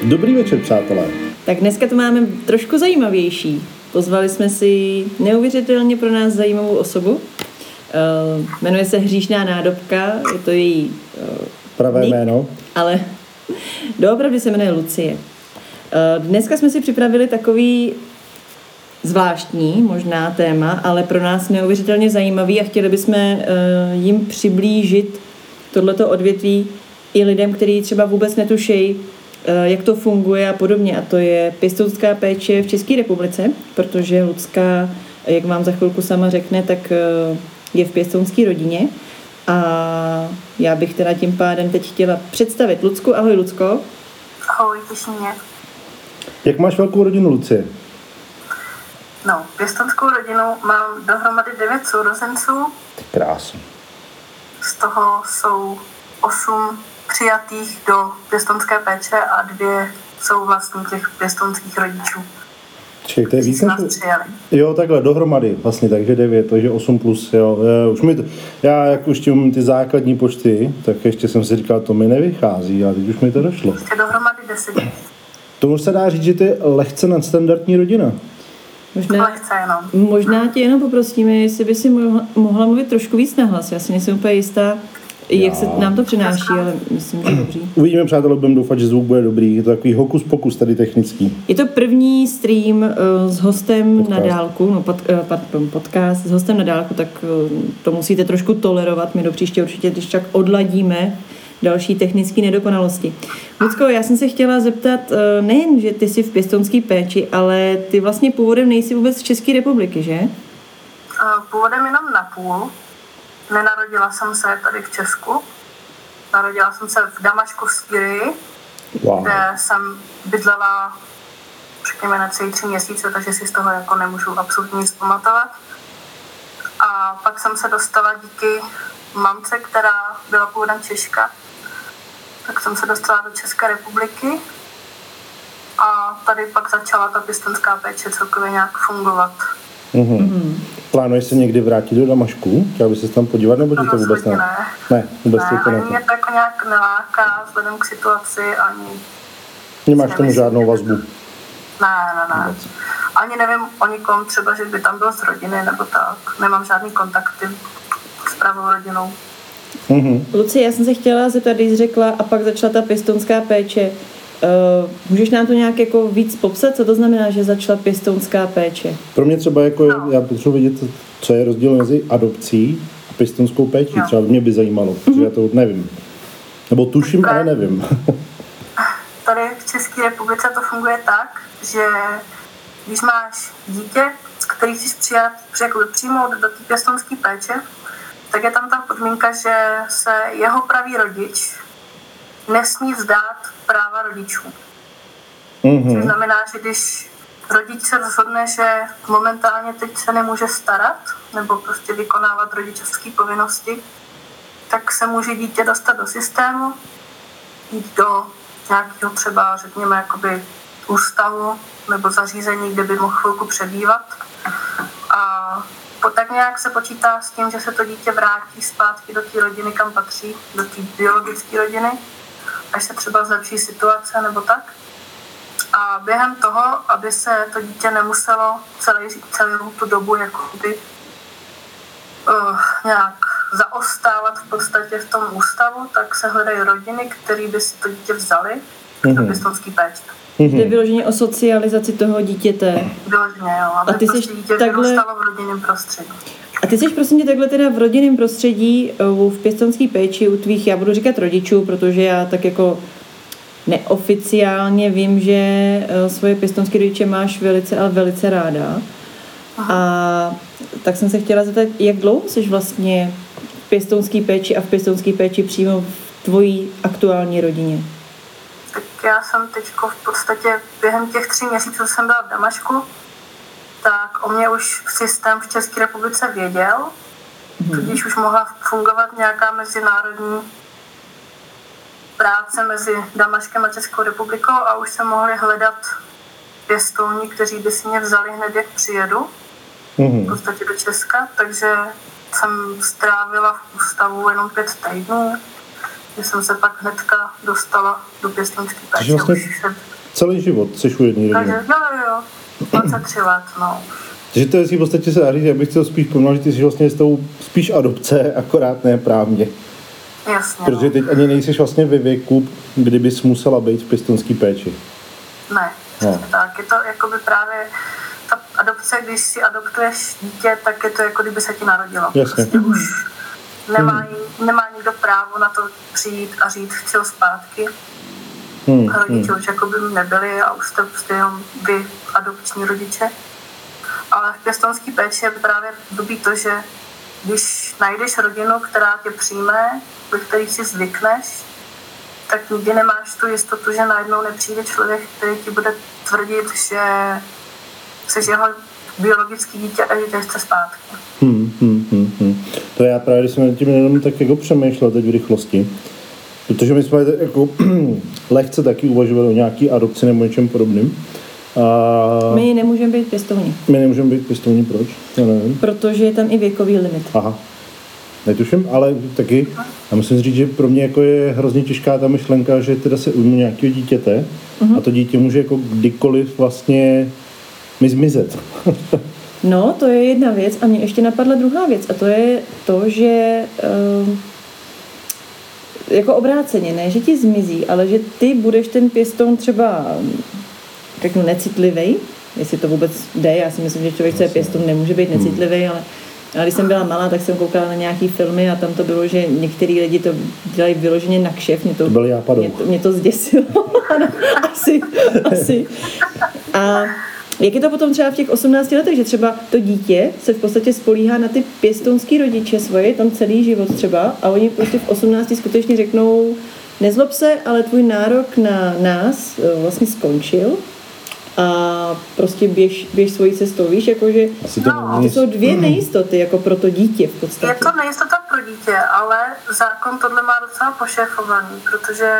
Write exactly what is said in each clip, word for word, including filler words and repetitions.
Dobrý večer, přátelé. Tak dneska to máme trošku zajímavější. Pozvali jsme si neuvěřitelně pro nás zajímavou osobu. Uh, jmenuje se Hříšná nádobka, je to její uh, pravé nick, jméno. Ale doopravdy se jmenuje Lucie. Uh, dneska jsme si připravili takový zvláštní možná téma, ale pro nás neuvěřitelně zajímavý a chtěli bychom uh, jim přiblížit tohleto odvětví i lidem, kteří třeba vůbec netušejí, jak to funguje a podobně. A to je pěstounská péče v České republice, protože Lucka, jak vám za chvilku sama řekne, tak je v pěstounské rodině. A já bych teda tím pádem teď chtěla představit Lucku. Ahoj, Lucko. Ahoj, těší mě. Jak máš velkou rodinu, Lucie? No, pěstounskou rodinu mám dohromady devět sourozenců. Krásně. Z toho jsou osm přijatých do pěstounské péče a dvě jsou vlastně těch pěstounských rodičů. Čili to je víc než... přijali. Jo, takhle, dohromady vlastně, takže devět, takže osm plus, jo. Já, už mi to, já jak už tím ty základní počty, tak ještě jsem si říkal, to mi nevychází, ale teď už mi to došlo. Ještě dohromady deset. Tomu se dá říct, že to je lehce nadstandardní rodina. Možná, lehce jenom. Možná tě jenom poprosíme, jestli by si mohla, mohla mluvit trošku víc nahlas. Já si nejsem úplně jistá, jak já. se nám to přináší, ale myslím, že dobrý. Uvidíme, přátelé, budeme doufat, že zvuk bude dobrý. Je to takový hokus pokus tady technický. Je to první stream uh, s hostem podcast. na dálku, no pod, uh, pardon, podcast s hostem na dálku, tak uh, to musíte trošku tolerovat. My do příště určitě, když tak odladíme další technické nedokonalosti. Lucko, já jsem se chtěla zeptat, uh, nejen, že ty jsi v pěstounské péči, ale ty vlastně původem nejsi vůbec z České republiky, že? Uh, původem jenom na půl. Nenarodila jsem se tady v Česku. Narodila jsem se v Damašku v Sýrii, wow. kde jsem bydlela řekněme na celý tři měsíce, takže si z toho jako nemůžu absolutně nic pamatovat. A pak jsem se dostala díky mamce, která byla původem Češka, tak jsem se dostala do České republiky a tady pak začala ta pěstounská péče celkově nějak fungovat. Mm-hmm. Mm-hmm. Plánuješ se někdy vrátit do Damašku? Chtěla bys se tam podívat, nebo ti to vůbec ne? Ne, ne vůbec ne, to ani ne. mě to jako nějak neláká vzhledem k situaci, ani... Nemáš tomu žádnou vazbu? Ne, ne, ne. Ani nevím o nikom třeba, že by tam byl z rodiny, nebo tak. Nemám žádný kontakty s pravou rodinou. Mm-hmm. Lucie, já jsem se chtěla zeptat, když jsi řekla, a pak začala ta pěstounská péče. Uh, můžeš nám to nějak jako víc popsat, co to znamená, že začala pěstounská péče? Pro mě třeba jako, no. já potřebuji vědět, co je rozdíl mezi adopcí a pěstounskou péčí. No. Třeba mě by zajímalo, mm-hmm. protože já to nevím. Nebo tuším, Právě. ale nevím. Tady v České republice to funguje tak, že když máš dítě, který chceš přijat, přijmout do té pěstounské péče, tak je tam ta podmínka, že se jeho pravý rodič nesmí vzdát práva rodičů. Mm-hmm. Což znamená, že když rodič se rozhodne, že momentálně teď se nemůže starat nebo prostě vykonávat rodičovské povinnosti, tak se může dítě dostat do systému, jít do nějakého třeba, řekněme, jakoby ústavu nebo zařízení, kde by mohl chvilku přebývat. A tak nějak se počítá s tím, že se to dítě vrátí zpátky do té rodiny, kam patří, do té biologické rodiny, až se třeba zlepší situace nebo tak. A během toho, aby se to dítě nemuselo celý, celou tu dobu jakoby, uh, nějak zaostávat v podstatě v tom ústavu, tak se hledají rodiny, které by si to dítě vzali mm-hmm. do pěstounské péče. Mm-hmm. Jde vyloženě o socializaci toho dítěte. Vyloženě, jo. Aby a ty prostě dítě takhle... vyrůstalo v rodinném prostředí. A ty jsi prosím tě takhle teda v rodinném prostředí v pěstounské péči u tvých, já budu říkat rodičů, protože já tak jako neoficiálně vím, že svoje pěstounské rodiče máš velice, ale velice ráda. Aha. A tak jsem se chtěla zeptat, jak dlouho jsi vlastně v pěstounské péči a v pěstounské péči přímo v tvojí aktuální rodině? Tak já jsem teďko v podstatě během těch tří měsíců, co jsem byla v Damašku, tak o mě už systém v České republice věděl, hmm. tudíž už mohla fungovat nějaká mezinárodní práce mezi Damaškem a Českou republikou a už se mohli hledat pěstouni, kteří by si mě vzali hned, jak přijedu, hmm. v podstatě do Česka, takže jsem strávila v ústavu jenom pět týdnů, že jsem se pak hnedka dostala do pěstounské péče. Vlastně jsem... celý život jsi u jedné rodiny. Takže jo, jo, jo, dvacet tři let, no. Takže to je si v podstatě se dá říct, já bych chtěl spíš pomenout, že ty jsi vlastně s tou spíš adopce, akorát ne právně. Jasně, Protože teď ani nejsi vlastně ve věku, kdybys musela být v pěstounské péči. Ne, no. Tak je to jakoby právě ta adopce, když si adoptuješ dítě, tak je to jako kdyby se ti narodilo. Jasně. Prostě už nemá, hmm. nemá nikdo právo na to přijít a říct, chci ho zpátky. Hmm. Rodiče hmm. už jakoby nebyli a už jste prostě jenom vy adopční rodiče. Ale v pěstounské péči je právě dobí to, že když najdeš rodinu, která tě přijme, ve který si zvykneš, tak nikdy nemáš tu jistotu, že najednou nepřijde člověk, který ti bude tvrdit, že jsi jeho biologický dítě a že tě chce zpátky. Hmm, hmm, hmm, hmm. To já právě, když jsem nad tím jenom tak jako přemýšlel teď v rychlosti, protože my jsme jako lehce taky uvažovali o nějaký adopci nebo něčem podobným. A my nemůžeme být pěstouni. My nemůžeme být pěstouni, proč? Já nevím. Protože je tam i věkový limit. Aha. Netuším, ale taky, já musím říct, že pro mě jako je hrozně těžká ta myšlenka, že teda se ujmu nějakého dítěte uh-huh. a to dítě může jako kdykoliv vlastně mi zmizet. No, to je jedna věc a mě ještě napadla druhá věc a to je to, že uh, jako obráceně, ne, že ti zmizí, ale že ty budeš ten pěstoun třeba řeknu necitlivej, jestli to vůbec jde, já si myslím, že člověk, co je pěstoun, nemůže být necitlivej, ale ale když jsem byla malá, tak jsem koukala na nějaký filmy a tam to bylo, že některý lidi to dělají vyloženě na kšef. Mě to, to byl mě to, mě to zděsilo. asi, asi. A jak je to potom třeba v těch osmnácti letech, že třeba to dítě se v podstatě spolíhá na ty pěstounský rodiče svoje, tam celý život třeba a oni prostě v osmnácti skutečně řeknou, nezlob se, ale tvůj nárok na nás vlastně skončil. A prostě běž, běž svojí cestou, víš, jakože to, no, to jsou dvě nejistoty jako pro to dítě v podstatě. Je to nejistota pro dítě, ale zákon tohle má docela pošéfovaný, protože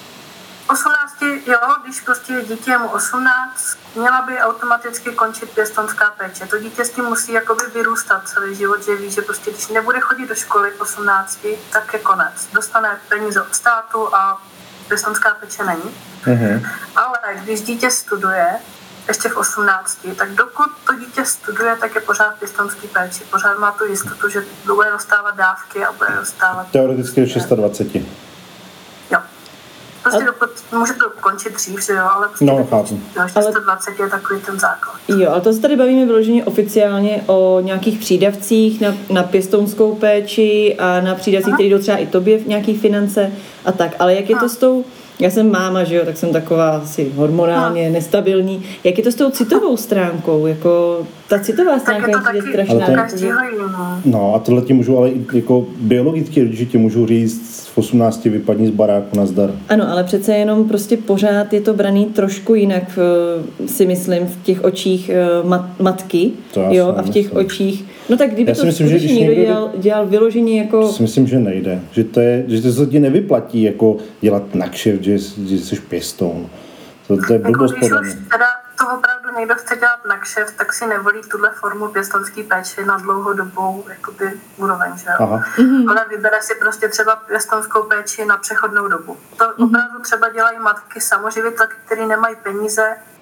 osmnácti, jo, když prostě dítě je mu osmnáct, měla by automaticky končit pěstounská péče. To dítě s tím musí jakoby vyrůstat celý život, že ví, že prostě když nebude chodit do školy v osmnácti, tak je konec. Dostane peníze od státu a pěstounská péče není. Mm-hmm. Ale když dítě studuje, ještě v osmnácti, tak dokud to dítě studuje, tak je pořád v pěstounské péči. Pořád má tu jistotu, že bude dostávat dávky a bude dostávat... Teoreticky do dvacet šest. Jo. Prostě a... dokud, může to končit dřív, že jo, ale prostě no, chápu. ale... dvacet je takový ten základ. Jo, ale to se tady bavíme vyloženě oficiálně o nějakých přídavcích na, na pěstounskou péči a na přídavcích, které jdou třeba i tobě v nějaký finance a tak. Ale jak je to s tou... Já jsem máma, že jo, tak jsem taková asi hormonálně nestabilní. Jak je to s tou citovou stránkou? Jako ta citová stránka je taky strašná. Každýho no a tohle ti můžu, ale jako biologicky rodiče ti můžu říct v osmnácti vypadni z baráku, nazdar. Ano, ale přece jenom prostě pořád je to braný trošku jinak, si myslím, v těch očích mat, matky, jo, a v těch myslím. očích. No tak kdyby já to myslím, skutečně někdo dělal, dělal vyloženě jako... Si myslím, že nejde. Že to, je, že to se ti nevyplatí jako dělat na kšeft, že, že jsi pěstoun. To, to je blbost jako, podle mě. Teda to opravdu někdo chce dělat na kšeft, tak si nevolí tuhle formu pěstounské péče na dlouhodobou jakoby úroveň, že jo. Mm-hmm. Ale vybere si prostě třeba pěstounskou péči na přechodnou dobu. To mm-hmm. opravdu třeba dělají matky samoživitelky, které nemají peníze,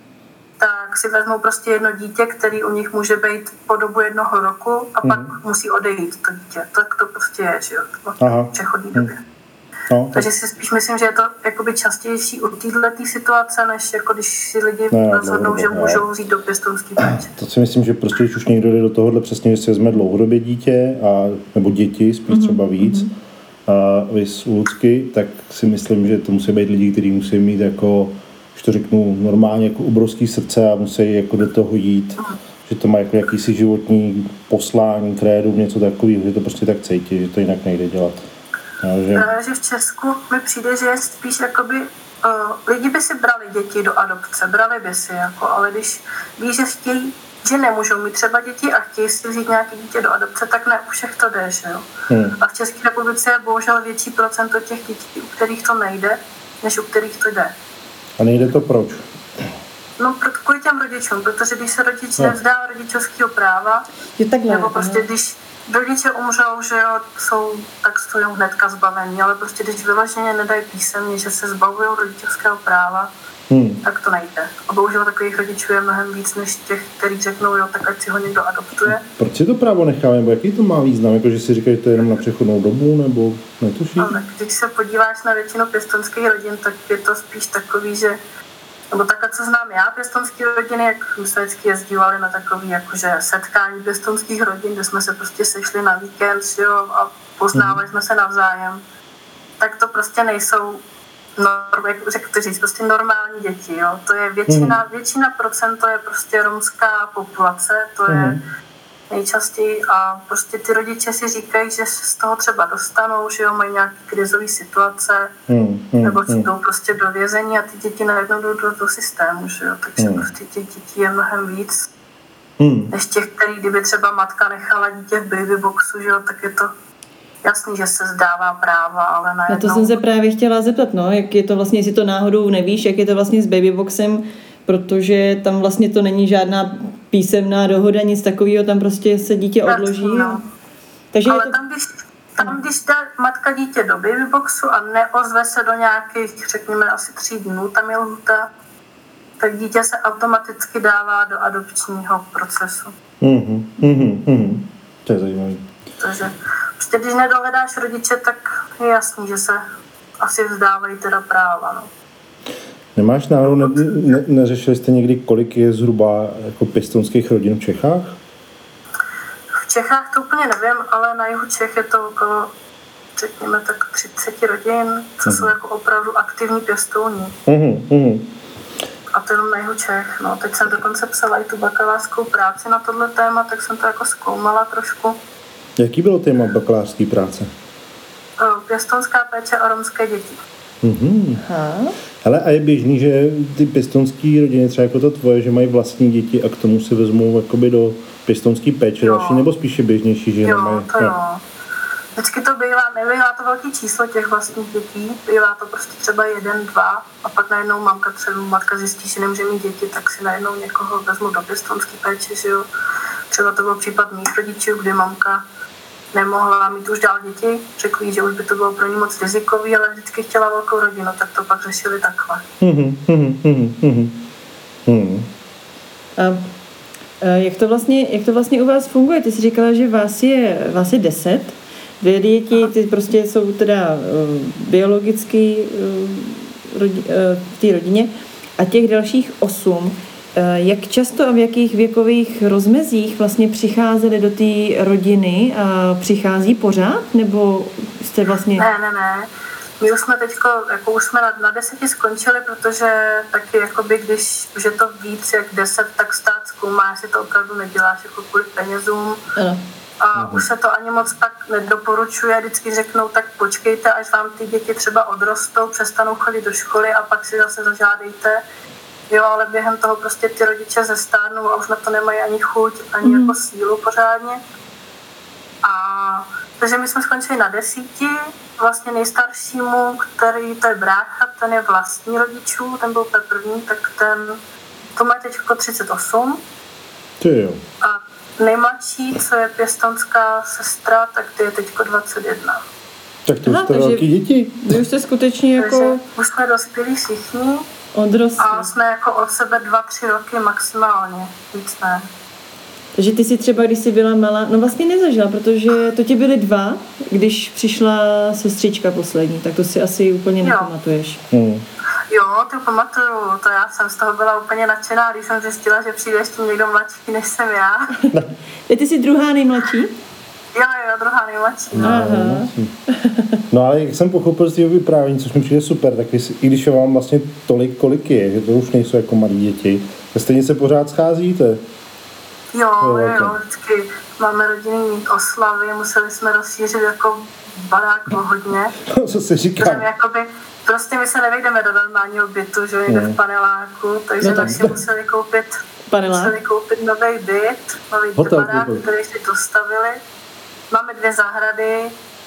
tak si vezmou prostě jedno dítě, který u nich může být po dobu jednoho roku a mm. pak musí odejít to dítě. Tak to prostě je, že jo, v přechodní době. No, takže si spíš myslím, že je to jakoby častější u této situace, než jako když si lidi ne, rozhodnou, ne, že ne, můžou vzít do pěstounské péče. To si myslím, že prostě když už někdo jde do tohohle přesně, že si vezme dlouhodobě dítě, a, nebo děti, spíš mm-hmm. třeba víc, mm-hmm. a vys u Lucky, tak si myslím, že to musí být lidi, kteří musí mít jako, když to řeknu, normálně jako obrovský srdce a musí jako do toho jít, mm. že to má jako jakýsi životní poslání, krédum, něco takového, že to prostě tak cítí, že to jinak nejde dělat. Takže... že v Česku mi přijde, že je spíš jakoby, uh, lidi by si brali děti do adopce, brali by si, jako, ale když ví, že chtějí, že nemůžou mít třeba děti a chtějí si vzít nějaké dítě do adopce, tak ne u všech to jde, že jo. Hmm. A v České republice je bohužel větší procento těch dětí, u kterých to nejde, než u kterých to jde. A nejde to proč? No, kvůli těm rodičům, protože když se rodič no. nevzdá rodičovského práva, je takhle, nebo prostě když rodiče umřou, že jo, jsou, tak jsou hnedka zbavení, ale prostě když vyloženě nedají písemně, že se zbavují rodičovského práva, hmm. tak to nejde. A bohužel takových rodičů je mnohem víc než těch, kteří řeknou, jo, tak ať si ho někdo adoptuje. Proč si to právo necháme, nebo jaký to má význam? Jako, že si říkají, že to je jenom na přechodnou dobu, nebo netuším? Ale když se podíváš na většinu pěstounských rodin, tak je to spíš takový, že nebo takhle, co znám já, pěstounské rodiny, jak jsme vždycky jezdívali na takové jakože setkání pěstounských rodin, kde jsme se prostě sešli na víkend, jo, a poznávali jsme se navzájem, tak to prostě nejsou, no, jak řekl říct, prostě normální děti, jo. To je většina, většina procento je prostě romská populace, to je nejčastěji a prostě ty rodiče si říkají, že se z toho třeba dostanou, že jo, mají nějaké krizové situace, hmm, hmm, nebo si hmm. jdou prostě do vězení a ty děti najednou jdou do, do systému, že jo, takže hmm. prostě těch dětí je mnohem víc, hmm. než těch, který kdyby třeba matka nechala dítě v babyboxu, že jo, tak je to jasný, že se zdává práva, ale najednou... Na to jsem se právě chtěla zeptat, no, jak je to vlastně, jestli to náhodou nevíš, jak je to vlastně s babyboxem, protože tam vlastně to není žádná písemná dohoda, nic takového, tam prostě se dítě odloží. No. Takže ale to... tam, když, tam, když dá matka dítě do babyboxu a neozve se do nějakých, řekněme, asi tří dnů, tam je lhůta, tak dítě se automaticky dává do adopčního procesu. Mhm, mhm, mhm. To je zajímavé. Takže prostě když nedohledáš rodiče, tak je jasný, že se asi vzdávají teda práva, no. Nemáš náhodou, ne, ne, neřešili jste někdy, kolik je zhruba jako pěstounských rodin v Čechách? V Čechách to úplně nevím, ale na jihu Čech je to okolo, řekněme, tak třicet rodin, co uh-huh. jsou jako opravdu aktivní pěstouni. Uh-huh, uh-huh. A to jenom na jihu Čech. No. Teď jsem dokonce psala i tu bakalářskou práci na tohle téma, tak jsem to jako zkoumala trošku. Jaký bylo téma bakalářské práce? Pěstounská péče o romské děti. Mm-hmm. Hele, a je běžný, že ty pěstounský rodiny, třeba jako to tvoje, že mají vlastní děti a k tomu si vezmou jakoby do pěstounský péče další, nebo spíše běžnější, že jo, nemají? To jo, jo. Vždycky to bývá, nebývá to velký číslo těch vlastních dětí, bývá to prostě třeba jeden, dva a pak najednou mamka třeba matka zjistí, že nemůže mít děti, tak si najednou někoho vezmu do pěstounské péče, že jo. Třeba to byl případ mých rodičů, kdy mamka nemohla mít už dál děti, řekli, že už by to bylo pro ní moc rizikový, ale vždycky chtěla velkou rodinu, tak to pak řešili takhle. Hmm, hmm, hmm, hmm, hmm. A, a jak, to vlastně, jak to vlastně u vás funguje? Ty jsi říkala, že vás je, vás je deset, dvě děti, ty prostě jsou teda uh, biologicky uh, rodi, uh, v té rodině a těch dalších osm. Jak často a v jakých věkových rozmezích vlastně přicházeli do té rodiny a přichází pořád? Nebo jste vlastně... Ne, ne, ne. My už jsme teďko, jako už jsme na, na deseti skončili, protože taky jakoby, když už je to víc jak deset, tak stát zkoumá, jestli to opravdu neděláš jako kvůli penězům. Ano. A uh-huh. už se to ani moc tak nedoporučuje, vždycky řeknou, tak počkejte, až vám ty děti třeba odrostou, přestanou chodit do školy a pak si zase zažádejte. Jo, ale během toho prostě ty rodiče zestárnou a už na to nemají ani chuť, ani mm. jako sílu pořádně. A takže my jsme skončili na desíti, vlastně nejstaršímu, který, to je brácha, ten je vlastní rodičů, ten byl ten první, tak ten, to má teď jako třicet osm. Ty jo. A nejmladší, co je pěstounská sestra, tak ty je teď dvacet jedna. Tak to jste velký děti. Vy už jste skutečně jako... Takže už jsme dospělí všichni. Odrostli. A jsme jako od sebe dva, tři roky maximálně, víc ne. Takže ty si třeba, když jsi byla malá, no vlastně nezažila, protože to ti byly dva, když přišla sestřička poslední, tak to si asi úplně jo. nepamatuješ. Hmm. Jo, to pamatuju, to já jsem z toho byla úplně nadšená, když jsem zjistila, že přijde ještě někdo mladší, než jsem já. Ty jsi druhá nejmladší? Jo, jo, druhá nejmladší. No, no ale jak jsem pochopil z toho vyprávění, což mi přijde super, tak i když je vám vlastně tolik, kolik je, že to už nejsou jako malí děti, tak stejně se pořád scházíte. Jo, jo, jo, vždycky máme rodinný oslavy, museli jsme rozšířit jako barák hodně. Co se říká? Jakoby, prostě my se nevejdeme do normálního bytu, že někde v paneláku, takže no, naši museli koupit, museli koupit nový byt, nový barák, který si dostavili. Máme dvě zahrady,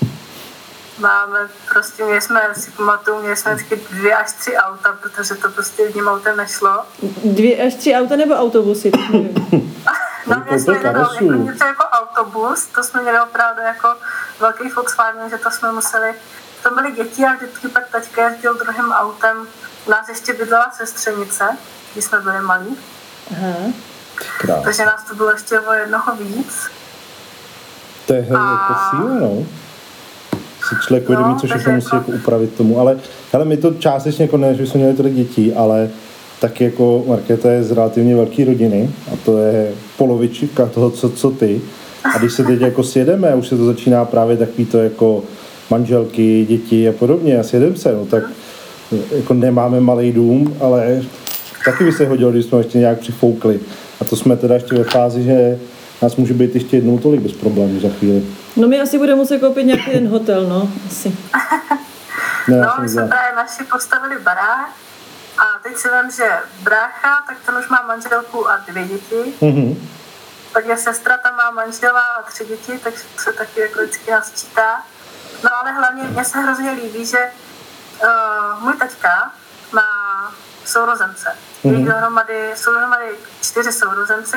máme prostě, měli jsme, si pamatuju, měli jsme vždycky dvě až tři auta, protože to prostě jedním autem nešlo. Dvě až tři auta nebo autobusy? No měli jsme jeden, jako něco jako autobus, to jsme měli opravdu jako velký Volkswagen, že to jsme museli, to byly děti a vždycky pak taťka jezdil druhým autem. U nás ještě bydlela sestřenice, když jsme byli malí. Aha. Krás. Takže nás to bylo ještě o jednoho víc. To je a... jako síla, no. Si člověk vědomí, no, co všechno musí jako upravit tomu, ale hele, my to částečně jako ne, že jsme měli tolik dětí, ale taky jako Markéta je z relativně velké rodiny a to je polovička toho, co, co ty. A když se teď jako sjedeme, už se to začíná právě takový to jako manželky, děti a podobně a sjedeme se, no tak jako nemáme malý dům, ale taky by se hodilo, když jsme ještě nějak přifoukli. A to jsme teda ještě ve fázi, že nás může být ještě jednou tolik bez problémů za chvíli. No my asi budeme muset koupit nějaký ten hotel, no, asi. Ne, no, my jsme právě naši postavili barák a teď si vím, že brácha, tak ten už má manželku a dvě děti. Mm-hmm. Pak je sestra, tam má manžela a tři děti, takže se taky jako vždycky nás čítá. No ale hlavně mně se hrozně líbí, že uh, můj taťka má sourozence. Mm-hmm. Dohromady, jsou dohromady čtyři sourozenci.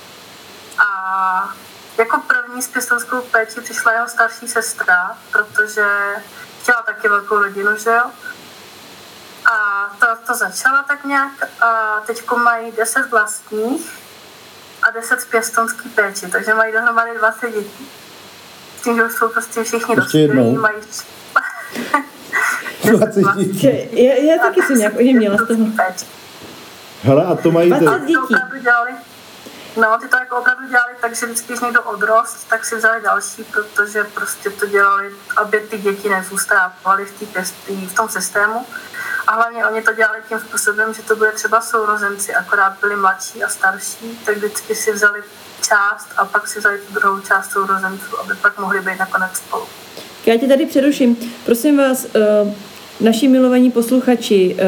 A jako první s pěstounskou péči přišla jeho starší sestra, protože chtěla taky velkou rodinu, že jo. A to, to začalo tak nějak a teďko mají deset vlastních a deset z pěstounský péči, takže mají dohromady dvacet dětí. S tím, že už jsou prostě všichni dospělí, mají dvacet dětí. Já, já taky jsem nějak o něm měla z toho. Hele, a to mají... dvacet dětí. No, ty to jako opravdu dělali tak, že vždycky, když někdo odrost, tak si vzali další, protože prostě to dělali, aby ty děti nezůstávaly v, tý pěstí, v tom systému. A hlavně oni to dělali tím způsobem, že to byly třeba sourozenci, akorát byli mladší a starší, tak vždycky si vzali část a pak si vzali tu druhou část sourozenců, aby pak mohli být nakonec spolu. Já tě tady přeruším. Prosím vás, naši milovaní posluchači,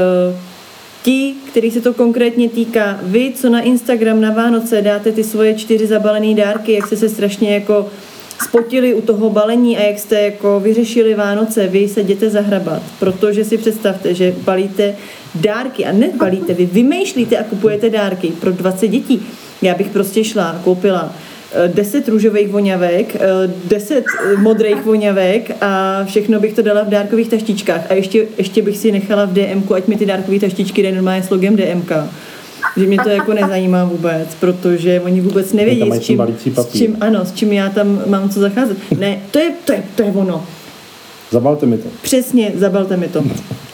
ti, kterých se to konkrétně týká, vy, co na Instagram na Vánoce dáte ty svoje čtyři zabalené dárky, jak jste se strašně jako spotili u toho balení a jak jste jako vyřešili Vánoce, vy se jděte zahrabat, protože si představte, že balíte dárky a nebalíte, vy vymýšlíte a kupujete dárky pro dvacet dětí. Já bych prostě šla a koupila deset růžových voňavek, deset modrých voňavek a všechno bych to dala v dárkových taštičkách a ještě, ještě bych si nechala v DMku, ať mi ty dárkové taštičky dají normálně s logem DMka. Že mě to jako nezajímá vůbec, protože oni vůbec nevědí, s čím, s čím, ano, s čím já tam mám co zacházet. Ne, to je, to je, to je ono. Zabalte mi to. Přesně, zabalte mi to.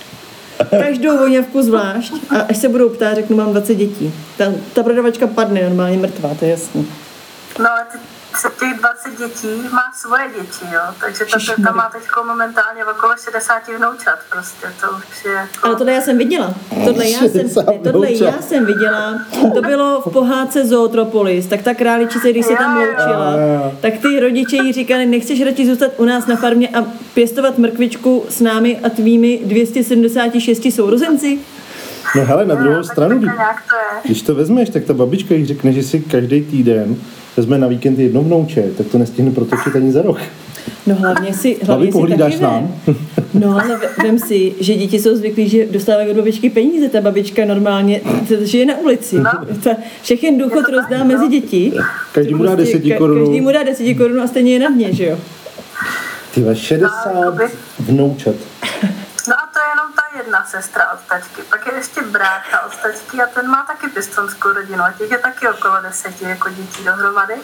Každou voňavku zvlášť a až se budou ptát, řeknu, mám dvacet dětí. Ta, ta prodavačka padne normálně mrtvá, to je jasný. No ale se těch dvacet dětí má svoje děti, jo, takže ta teta má teď momentálně okolo šedesát vnoučat, prostě to už je jako... Ale tohle já jsem viděla, tohle já jsem, tohle já jsem viděla, to bylo v pohádce Zootropolis, tak ta králičice, když se tam loučila, tak ty rodiče jí říkali, nechceš radši zůstat u nás na farmě a pěstovat mrkvičku s námi a tvými dvě stě sedmdesát šest sourozenci? No hele, na druhou no, stranu, když, když to vezmeš, tak ta babička jí řekne, že si každý týden vezme na víkend jedno vnouče, tak to nestihne protočit ani za rok. No hlavně si, hlavně si taky nám. No ale vem si, že děti jsou zvyklí, že dostávají od babičky peníze, ta babička normálně žije na ulici. No. Ta, všechen důchod rozdá tak, mezi děti. Každý mu dá prostě, deseti korun. Každý mu dá deseti korun a stejně je na dně, že jo? Tyhle šedesát vnoučat. No a to je jenom ta jedna sestra od taťky. Pak je ještě brácha od taťky a ten má taky pěstounskou rodinu. A těch je taky okolo deseti jako dětí dohromady.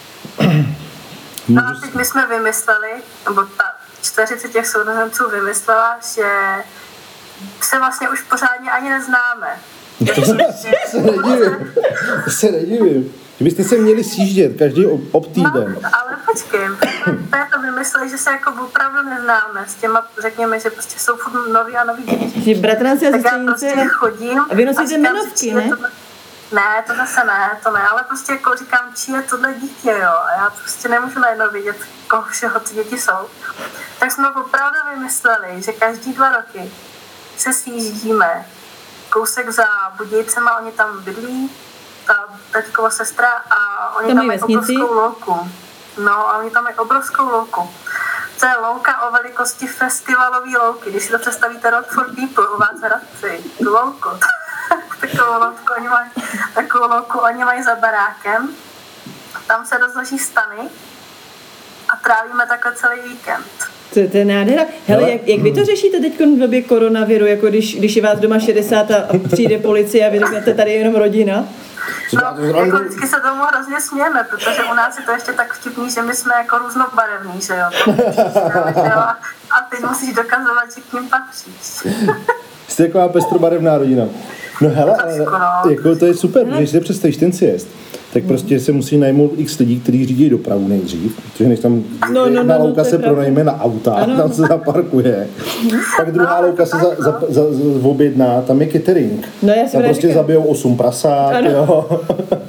No a teď my jsme vymysleli, nebo ta čtyřicet těch sourozenců vymyslela, že se vlastně už pořádně ani neznáme. To se nedivím. To se nedivím. Kdybyste se měli sjíždět každý ob týden. No, ale počkej, my to vymysleli, že se jako opravdu neznáme s těma, řekněme, že prostě jsou furt noví a noví děti. Že bratranci a tak já prostě chodím. A vy nosíte jmenovky, ne? To, ne, to zase ne, to ne, ale prostě jako říkám, či je tohle dítě, jo, a já prostě nemůžu najednou vidět, koho všeho ty děti jsou. Tak jsme opravdu vymysleli, že každý dva roky se sjíždíme kousek za Budějcema, oni tam bydlí, ta taťkova sestra a oni tam, tam mají obrovskou louku. No a oni tam mají obrovskou louku. To je louka o velikosti festivalové louky. Když si to představíte Rock for People u vás v Hradci, tu louku. takovou louku oni mají, takovou louku oni mají za barákem. Tam se rozloží stany trávíme takhle celý víkend. To, to je nádhera. Hele, Hele. jak, jak vy to řešíte teď v době koronaviru, jako když, když je vás doma šedesát a přijde policie a vy řeknete, tady je jenom rodina? No, jako vždycky se tomu hrozně smějeme, protože u nás je to ještě tak vtipný, že my jsme jako různobarevní, že jo? že jo? A ty musíš dokazovat, že k ním patříš. Jste taková pestrobarevná rodina. No hele, ale jako to je super, když si představíš ten sjezd, tak prostě se musí najmout x lidí, kteří řídí dopravu nejdřív, protože než tam no, no, jedna no, louka no, se pronajme na auta, ano. Tam se zaparkuje. Pak druhá no, louka se za, za, za, za, objedná, tam je catering. No, já tam prostě říkám. zabijou osm prasák, jo.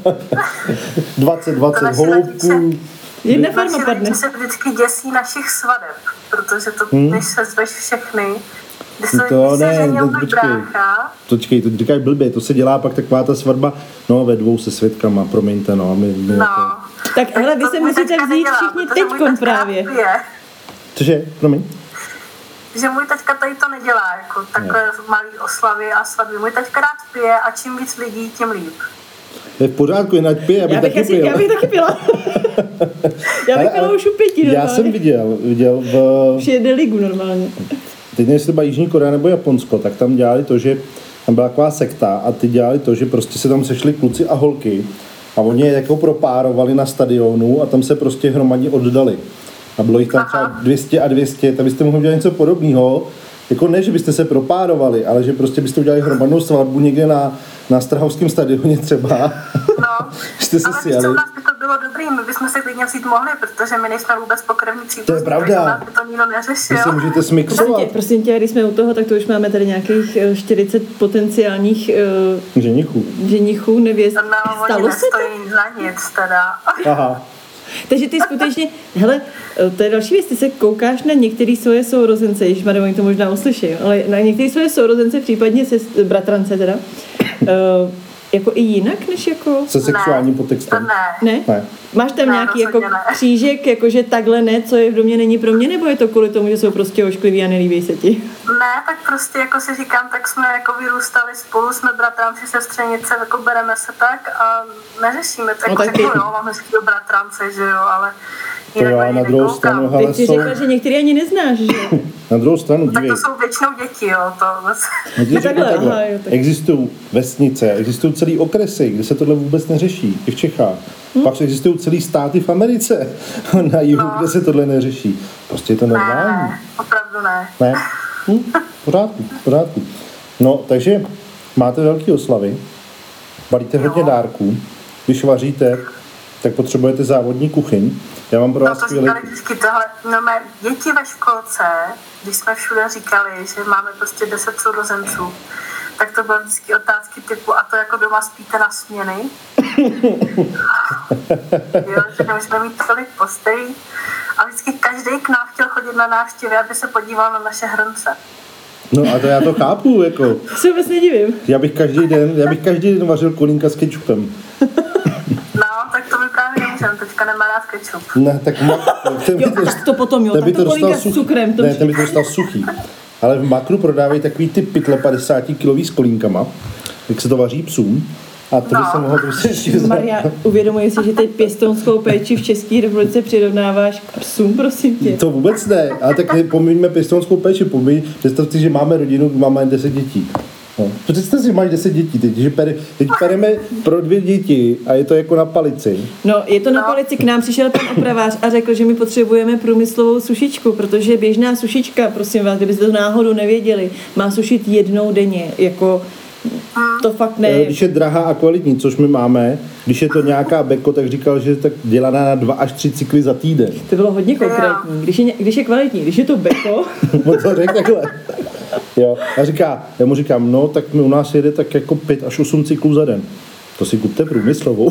dvacet dvacet holoubků. Jedna farma padne. Naši se vždycky děsí našich svadeb, protože to, hmm. když se zveš všechny, když se, to když ne, se ženil to, můj počkej, brácha. Počkej, to říkáš blbě, to se dělá pak taková ta svatba, no ve dvou se svědkama, promiňte, no. My, my no. jako... Tak hele, vy se musíte vzít všichni teďkon právě. Cože, promiň? Že můj teďka tady to nedělá, jako takové malý oslavy a svatby. Můj teďka rád pije a čím víc lidí, tím líp. Je v pořádku, jinak pije, abych já bych taky asi, pil. Já bych taky pila. já bych pila už u pěti. Já jsem viděl, viděl v... Už jede ligu normálně. Teď nevím, jestli Jižní Korea nebo Japonsko, tak tam dělali to, že tam byla taková sekta a ty dělali to, že prostě se tam sešli kluci a holky a oni je jako propárovali na stadionu a tam se prostě hromadně oddali. A bylo jich tam třeba dvě stě a dvě stě, tak byste mohli udělat něco podobného. Jako ne, že byste se propárovali, ale že prostě byste udělali hromadnou svatbu někde na, na Strahovském stadioně třeba. No, jste se ale sjeli. víš, u nás by to bylo dobrý, my bychom si klidně vzít mohli, protože my nejsme vůbec pokrevní příbuzní. To je pravda. U nás by to nikdo neřešil. Vy se můžete Prosím smixovat. tě, prosím tě, když jsme u toho, tak to už máme tady nějakých čtyřicet potenciálních uh, ženichů. Ženichů, nevěst. No, Stalo oni se to? nestojí za nic teda. Aha. Takže ty skutečně, hele, to je další věc, ty se koukáš na některé svoje sourozence, ježišmarja, oni to možná uslyší, ale na některé svoje sourozence, případně se bratrance teda, uh, jako i jinak, než jako... Se sexuálním podtextem. Ne. Ne? Ne. Máš tam Ne, nějaký jako rozhodně ne. křížek, jakože takhle ne, co je v domě, není pro mě, nebo je to kvůli tomu, že jsou prostě oškliví a nelíbí se ti? Ne, tak prostě jako si říkám, tak jsme jako vyrůstali spolu, jsme bratranci, sestřenice, jako bereme se tak a neřešíme to. No, Jako tak řeknu, ty- jo, mám hezkýho bratrance, že jo, ale To já jinak na ani druhou nekoukám. stranu, hele, Teď si jsou... řekla, že některý ani neznáš, že? Na druhou stranu, Tak dívej. to jsou většinou děti, jo, to Já ti No řeknu takhle, takhle. aha, jo, tak. Existují vesnice, existují celý okresy, kde se tohle vůbec neřeší, i v Čechách. Hm? Pak existují celý státy v Americe na jihu, No. kde se tohle neřeší. Prostě je to ne, normální. ne, opravdu ne. Ne? Hm? V pořádku, v pořádku. No, takže máte velké oslavy, balíte hodně dárků, když vaříte, tak potřebujete závodní kuchyň. Já mám pro No vás to skvělý... říkali vždycky tohle, no mé děti ve školce, když jsme všude říkali, že máme prostě deset sourozenců, tak to byly vždycky otázky typu, a to jako doma spíte na směny? Jo, že nemůžeme mít tolik postelí. A vždycky každý k nám chtěl chodit na návštěvy, aby se podíval na naše hrnce. No a to já to chápu, jako... Se vůbec nedivím. Já bych každý den, já bych každý den vařil kolínka s kečupem. No, tak to my právě nemůžeme, teďka nemá rád kečup. Ne, tak ma, ten by Jo, tak to potom jo, ten by tak to kolínka dostal s cukrem. To Ne, ten by to dostal suchý. Ale v Makru prodávají takový ty pytle padesát kilový s kolínkama, jak se to vaří psům. A to by No. se mohlo prostě ještě Maria, uvědomuji si, že teď pěstounskou péči v České republice přirovnáváš k psům, prosím tě. To vůbec ne, ale tak pomíňme pěstounskou péči, pomíň, představ si, že máme rodinu, máme deset dětí. No. Představ si, že máš deset dětí, teď, že pere, teď pereme pro dvě děti a je to jako na palici. No, je to na palici, k nám přišel pan opravář a řekl, že my potřebujeme průmyslovou sušičku, protože běžná sušička, prosím vás, kdybyste to náhodou nevěděli, má sušit jednou denně, jako to fakt ne. Když je drahá a kvalitní, což my máme, když je to nějaká beko, tak říkal, že je tak dělaná na dva až tři cykly za týden. To bylo hodně konkrétní. Když je, ně- když je kvalitní, když je to beko, On to řekl takhle. Jo. A říká, já mu říkám, no, tak mi u nás jede tak jako pět až osm cyklů za den. To si kupte průmyslovou.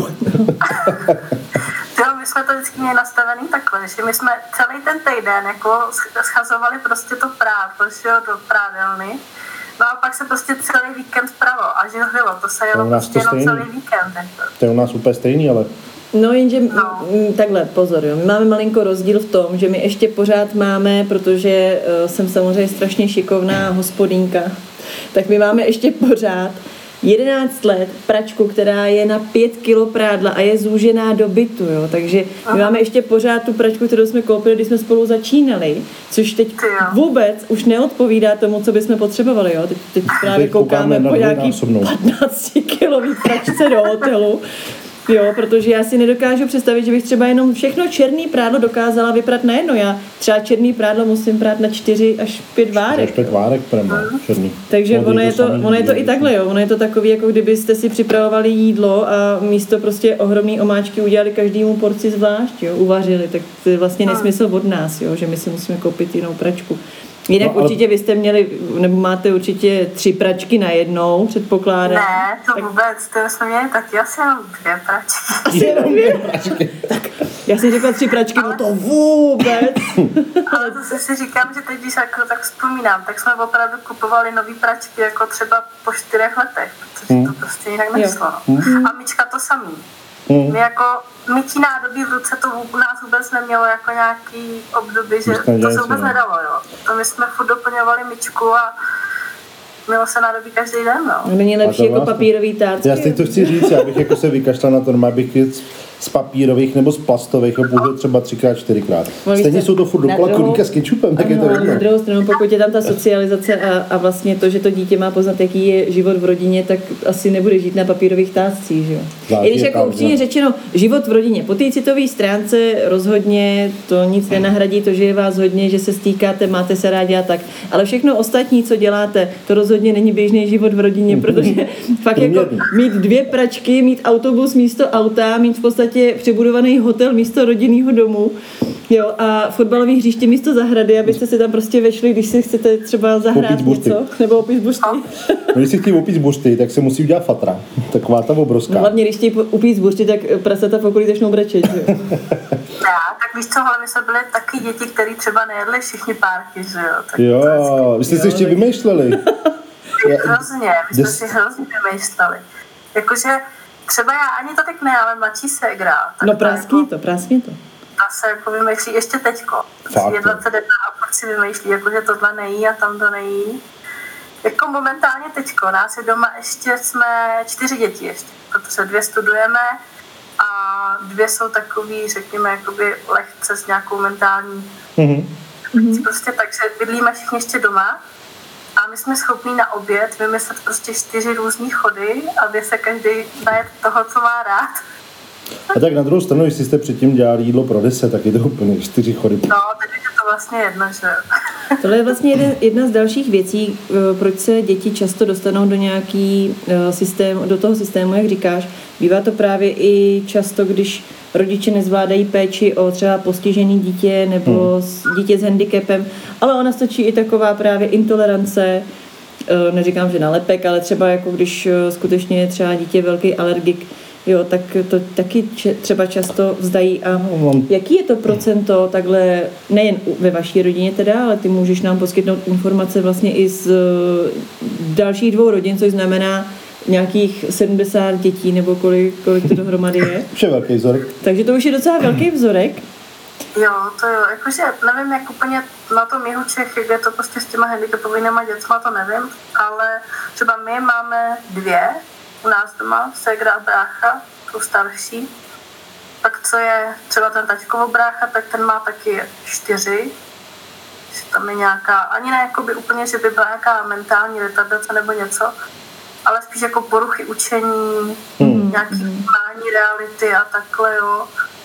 Jo, my jsme to vždycky měli nastavený takhle, že my jsme celý ten týden jako sch- schazovali prostě to prádlo, že jo, do prádelny. No a pak se prostě celý víkend pralo a žehřilo, to se No, jelo u nás prostě to jenom stejný. celý víkend. Jako. To je u nás úplně stejný, ale no jenže No. m, takhle, pozor, jo. My máme malinko rozdíl v tom, že my ještě pořád máme, protože uh, jsem samozřejmě strašně šikovná hospodínka, tak my máme ještě pořád jedenáct let pračku, která je na pět kilo prádla a je zúžená do bytu, jo. Takže my máme ještě pořád tu pračku, kterou jsme koupili, když jsme spolu začínali, což teď vůbec už neodpovídá tomu, co bychom potřebovali, jo. Teď, teď právě koukáme po nějaký patnáctikilový pračce do hotelu. Jo, protože já si nedokážu představit, že bych třeba jenom všechno černý prádlo dokázala vyprat na jedno. Já třeba černý prádlo musím prát na čtyři až pět várek. Až pět várek prema, černý. Takže ono je, to, ono je to i takhle, jo. Ono je to takový, jako kdybyste si připravovali jídlo a místo prostě ohromný omáčky udělali každému porci zvlášť, jo, uvařili. Tak to je vlastně nesmysl od nás, jo, že my si musíme koupit jinou pračku. Jinak no, ale... určitě byste měli, nebo máte určitě tři pračky na jednou, předpokládám. Ne, to tak... vůbec, to jsme měli taky asi jenom dvě pračky. Asi jenom dvě pračky. Tak, já jsem řekla tři pračky, ale... no to vůbec. Ale to si říkám, že teď, když jako tak vzpomínám, tak jsme opravdu kupovali nový pračky, jako třeba po čtyřech letech, protože hmm. to prostě jinak nešlo. Hmm. A Mička to samý. Hmm. My jako mytí nádobí v ruce to u nás vůbec nemělo jako nějaký období, že to se vůbec nedalo, jo. To my jsme furt doplňovali myčku a mělo se nádobí každý den, no. Není lepší jako vlastně papírový tárky. Já si to chci říct, já bych jako se vykašlal na to, no, abych z papírových nebo z plastových opoužil třeba třikrát, čtyřikrát. Stejně jsou to furt dokola kurníka s kečupem, tak je to jedno. Na druhou stranu, pokud je tam ta socializace a, a vlastně to, že to dítě má poznat, jaký je život v rodině, tak asi nebude žít na papírových tázcích, že jo. I když jako upřímně řečeno, život v rodině, po té citové stránce rozhodně to nic nenahradí, to, že je vás hodně, že se stýkáte, máte se rádi a tak. Ale všechno ostatní, co děláte, to rozhodně není běžný život v rodině, protože fakt jako mít dvě pračky, mít autobus místo auta, mít v podstatě přebudovaný hotel místo rodinného domu, jo, a fotbalový hřiště místo zahrady, abyste si tam prostě vešli, když si chcete třeba zahrát něco, nebo opít bušty. Když si chtějí opít bušty, tak se musí udělat fatra, taková ta obrovská. No, hlavně, když chtějí opít bušty, tak prasata v okolí začnou brečet, jo. Já, tak víš co, hlavně jsme byli taky děti, který třeba nejedli všichni párky, že jo. Tak jo, vy jste si ještě vymýšleli. Hrozně, my jsme si hrozně vymýšleli. Jakože třeba já ani to tak ne, ale mladší ségra. No práskni jako, to, práskni to. Ta se jako vymýšlí ještě teďko. Je dvacet jedna a pak si vymýšlí, jakože tohle nejí a tam to nejí. Jako momentálně teďko, nás je doma ještě, jsme čtyři děti ještě, protože dvě studujeme a dvě jsou takový, řekněme, jakoby lehce s nějakou mentální. Mm-hmm. Prostě tak, že bydlíme všichni ještě doma. A my jsme schopní na oběd vymyslet prostě čtyři různý chody, aby se každý najet toho, co má rád. A tak na druhou stranu, jestli jste předtím dělali jídlo pro deset, tak je to úplně čtyři chody. No, teď je to vlastně jedno, že? Tohle je vlastně jeden, jedna z dalších věcí, proč se děti často dostanou do nějaký systém, do toho systému, jak říkáš. Bývá to právě i často, když rodiče nezvládají péči o třeba postižený dítě nebo hmm. dítě s handicapem, ale ona stačí i taková právě intolerance, neříkám, že na lepek, ale třeba jako když skutečně je třeba dítě velký alergik, jo, tak to taky třeba často vzdají. A jaký je to procento takhle, nejen ve vaší rodině teda, ale ty můžeš nám poskytnout informace vlastně i z dalších dvou rodin, což znamená nějakých sedmdesát dětí, nebo kolik, kolik to dohromady je. Už je velký vzorek. Takže to už je docela velký vzorek. Jo, to jo, jakože nevím, jak úplně na tom jihu Čech, jak je to prostě s těma handicapovými dětma, to nevím, ale třeba my máme dvě u nás doma, ségra a brácha, jsou starší. Tak co je třeba ten taťkovo brácha, tak ten má taky čtyři. Tam je nějaká, ani ne jakoby úplně, že by byla nějaká mentální retardace nebo něco, ale spíš jako poruchy učení, hmm. nějaký vnímání reality a takhle, jo.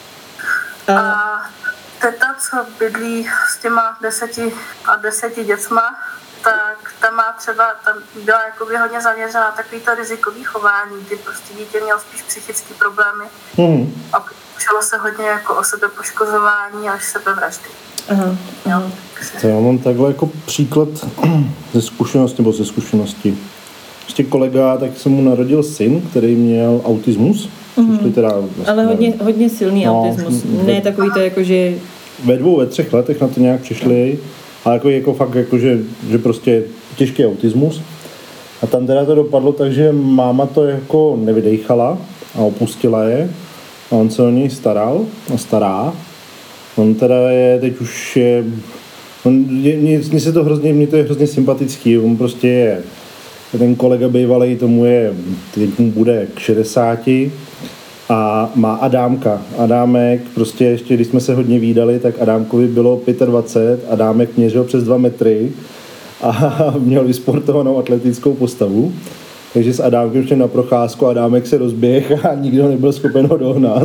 A, a teta, co bydlí s těma deseti a deseti děcma, tak ta má třeba, tam byla jakoby hodně zaměřená na takovýto rizikový chování, kdy prostě dítě mělo spíš psychické problémy hmm. a počalo se hodně jako o sebepoškozování až sebevraždy. Aha, aha. To já mám takhle jako příklad ze zkušenosti, nebo ze zkušenosti. Ještě kolega, tak se mu narodil syn, který měl autismus. Mm-hmm. Teda vlastně, ale hodně, hodně silný no, autismus. Ne ve, takový to jako, že... Ve dvou, ve třech letech na to nějak přišli. Ale jako, jako fakt, jako, že, že prostě těžký autismus. A tam teda to dopadlo tak, že máma to jako nevydejchala a opustila je. A on se o něj staral a stará. On teda je, teď už je... On, je mně, mně se to hrozně, mně to je hrozně sympatický. On prostě je ten kolega bývalý, tomu je, teď mu bude k šedesáti a má Adámka. Adámek, prostě ještě když jsme se hodně vídali, tak Adámkovi bylo dvacet pět, Adámek měřil přes dva metry a měl vysportovanou atletickou postavu. Takže s Adámkem šli na procházku, Adámek se rozběh a nikdo nebyl schopen ho dohnat.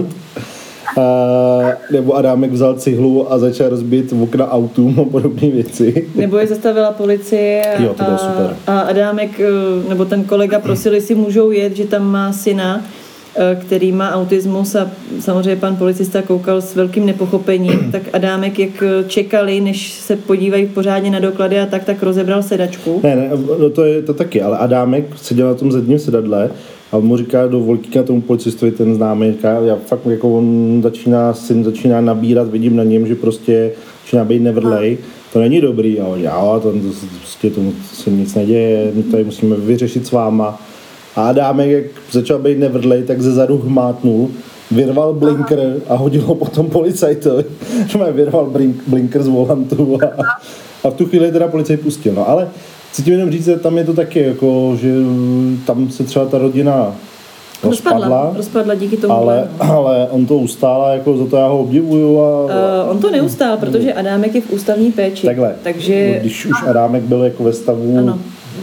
Uh, nebo Adámek vzal cihlu a začal rozbít okna autům a podobné věci. Nebo je zastavila policie a, jo, to bylo super. a Adámek, nebo ten kolega prosil, jestli můžou jet, že tam má syna, který má autismus a samozřejmě pan policista koukal s velkým nepochopením, tak Adámek, jak čekali, než se podívají pořádně na doklady a tak, tak rozebral sedačku. Ne, ne, no to je to taky, ale Adámek seděl na tom zadním sedadle a on mu říká do voltíka tomu policistovi, ten známý, říká, já fakt jako on začíná, syn začíná nabírat, vidím na něm, že prostě začíná být nevrlej, to není dobrý, a on, já, to, to, prostě tomu se nic neděje, my tady musíme vyřešit s váma. A Adámek, jak začal být nevrdlej, tak ze zadu hmátnul, vyrval blinker a hodil ho potom policajtovi. Vyrval blinker z volantu a, a v tu chvíli teda policajt pustil. No ale chci ti jenom říct, že tam je to taky, jako, že tam se třeba ta rodina rozpadla, rozpadla, rozpadla díky tomu. Ale, ale on to ustál a jako za to já ho obdivuju. A, uh, on to neustál, protože Adámek je v ústavní péči. Takhle, takže... když už Adámek byl jako ve stavu, ano.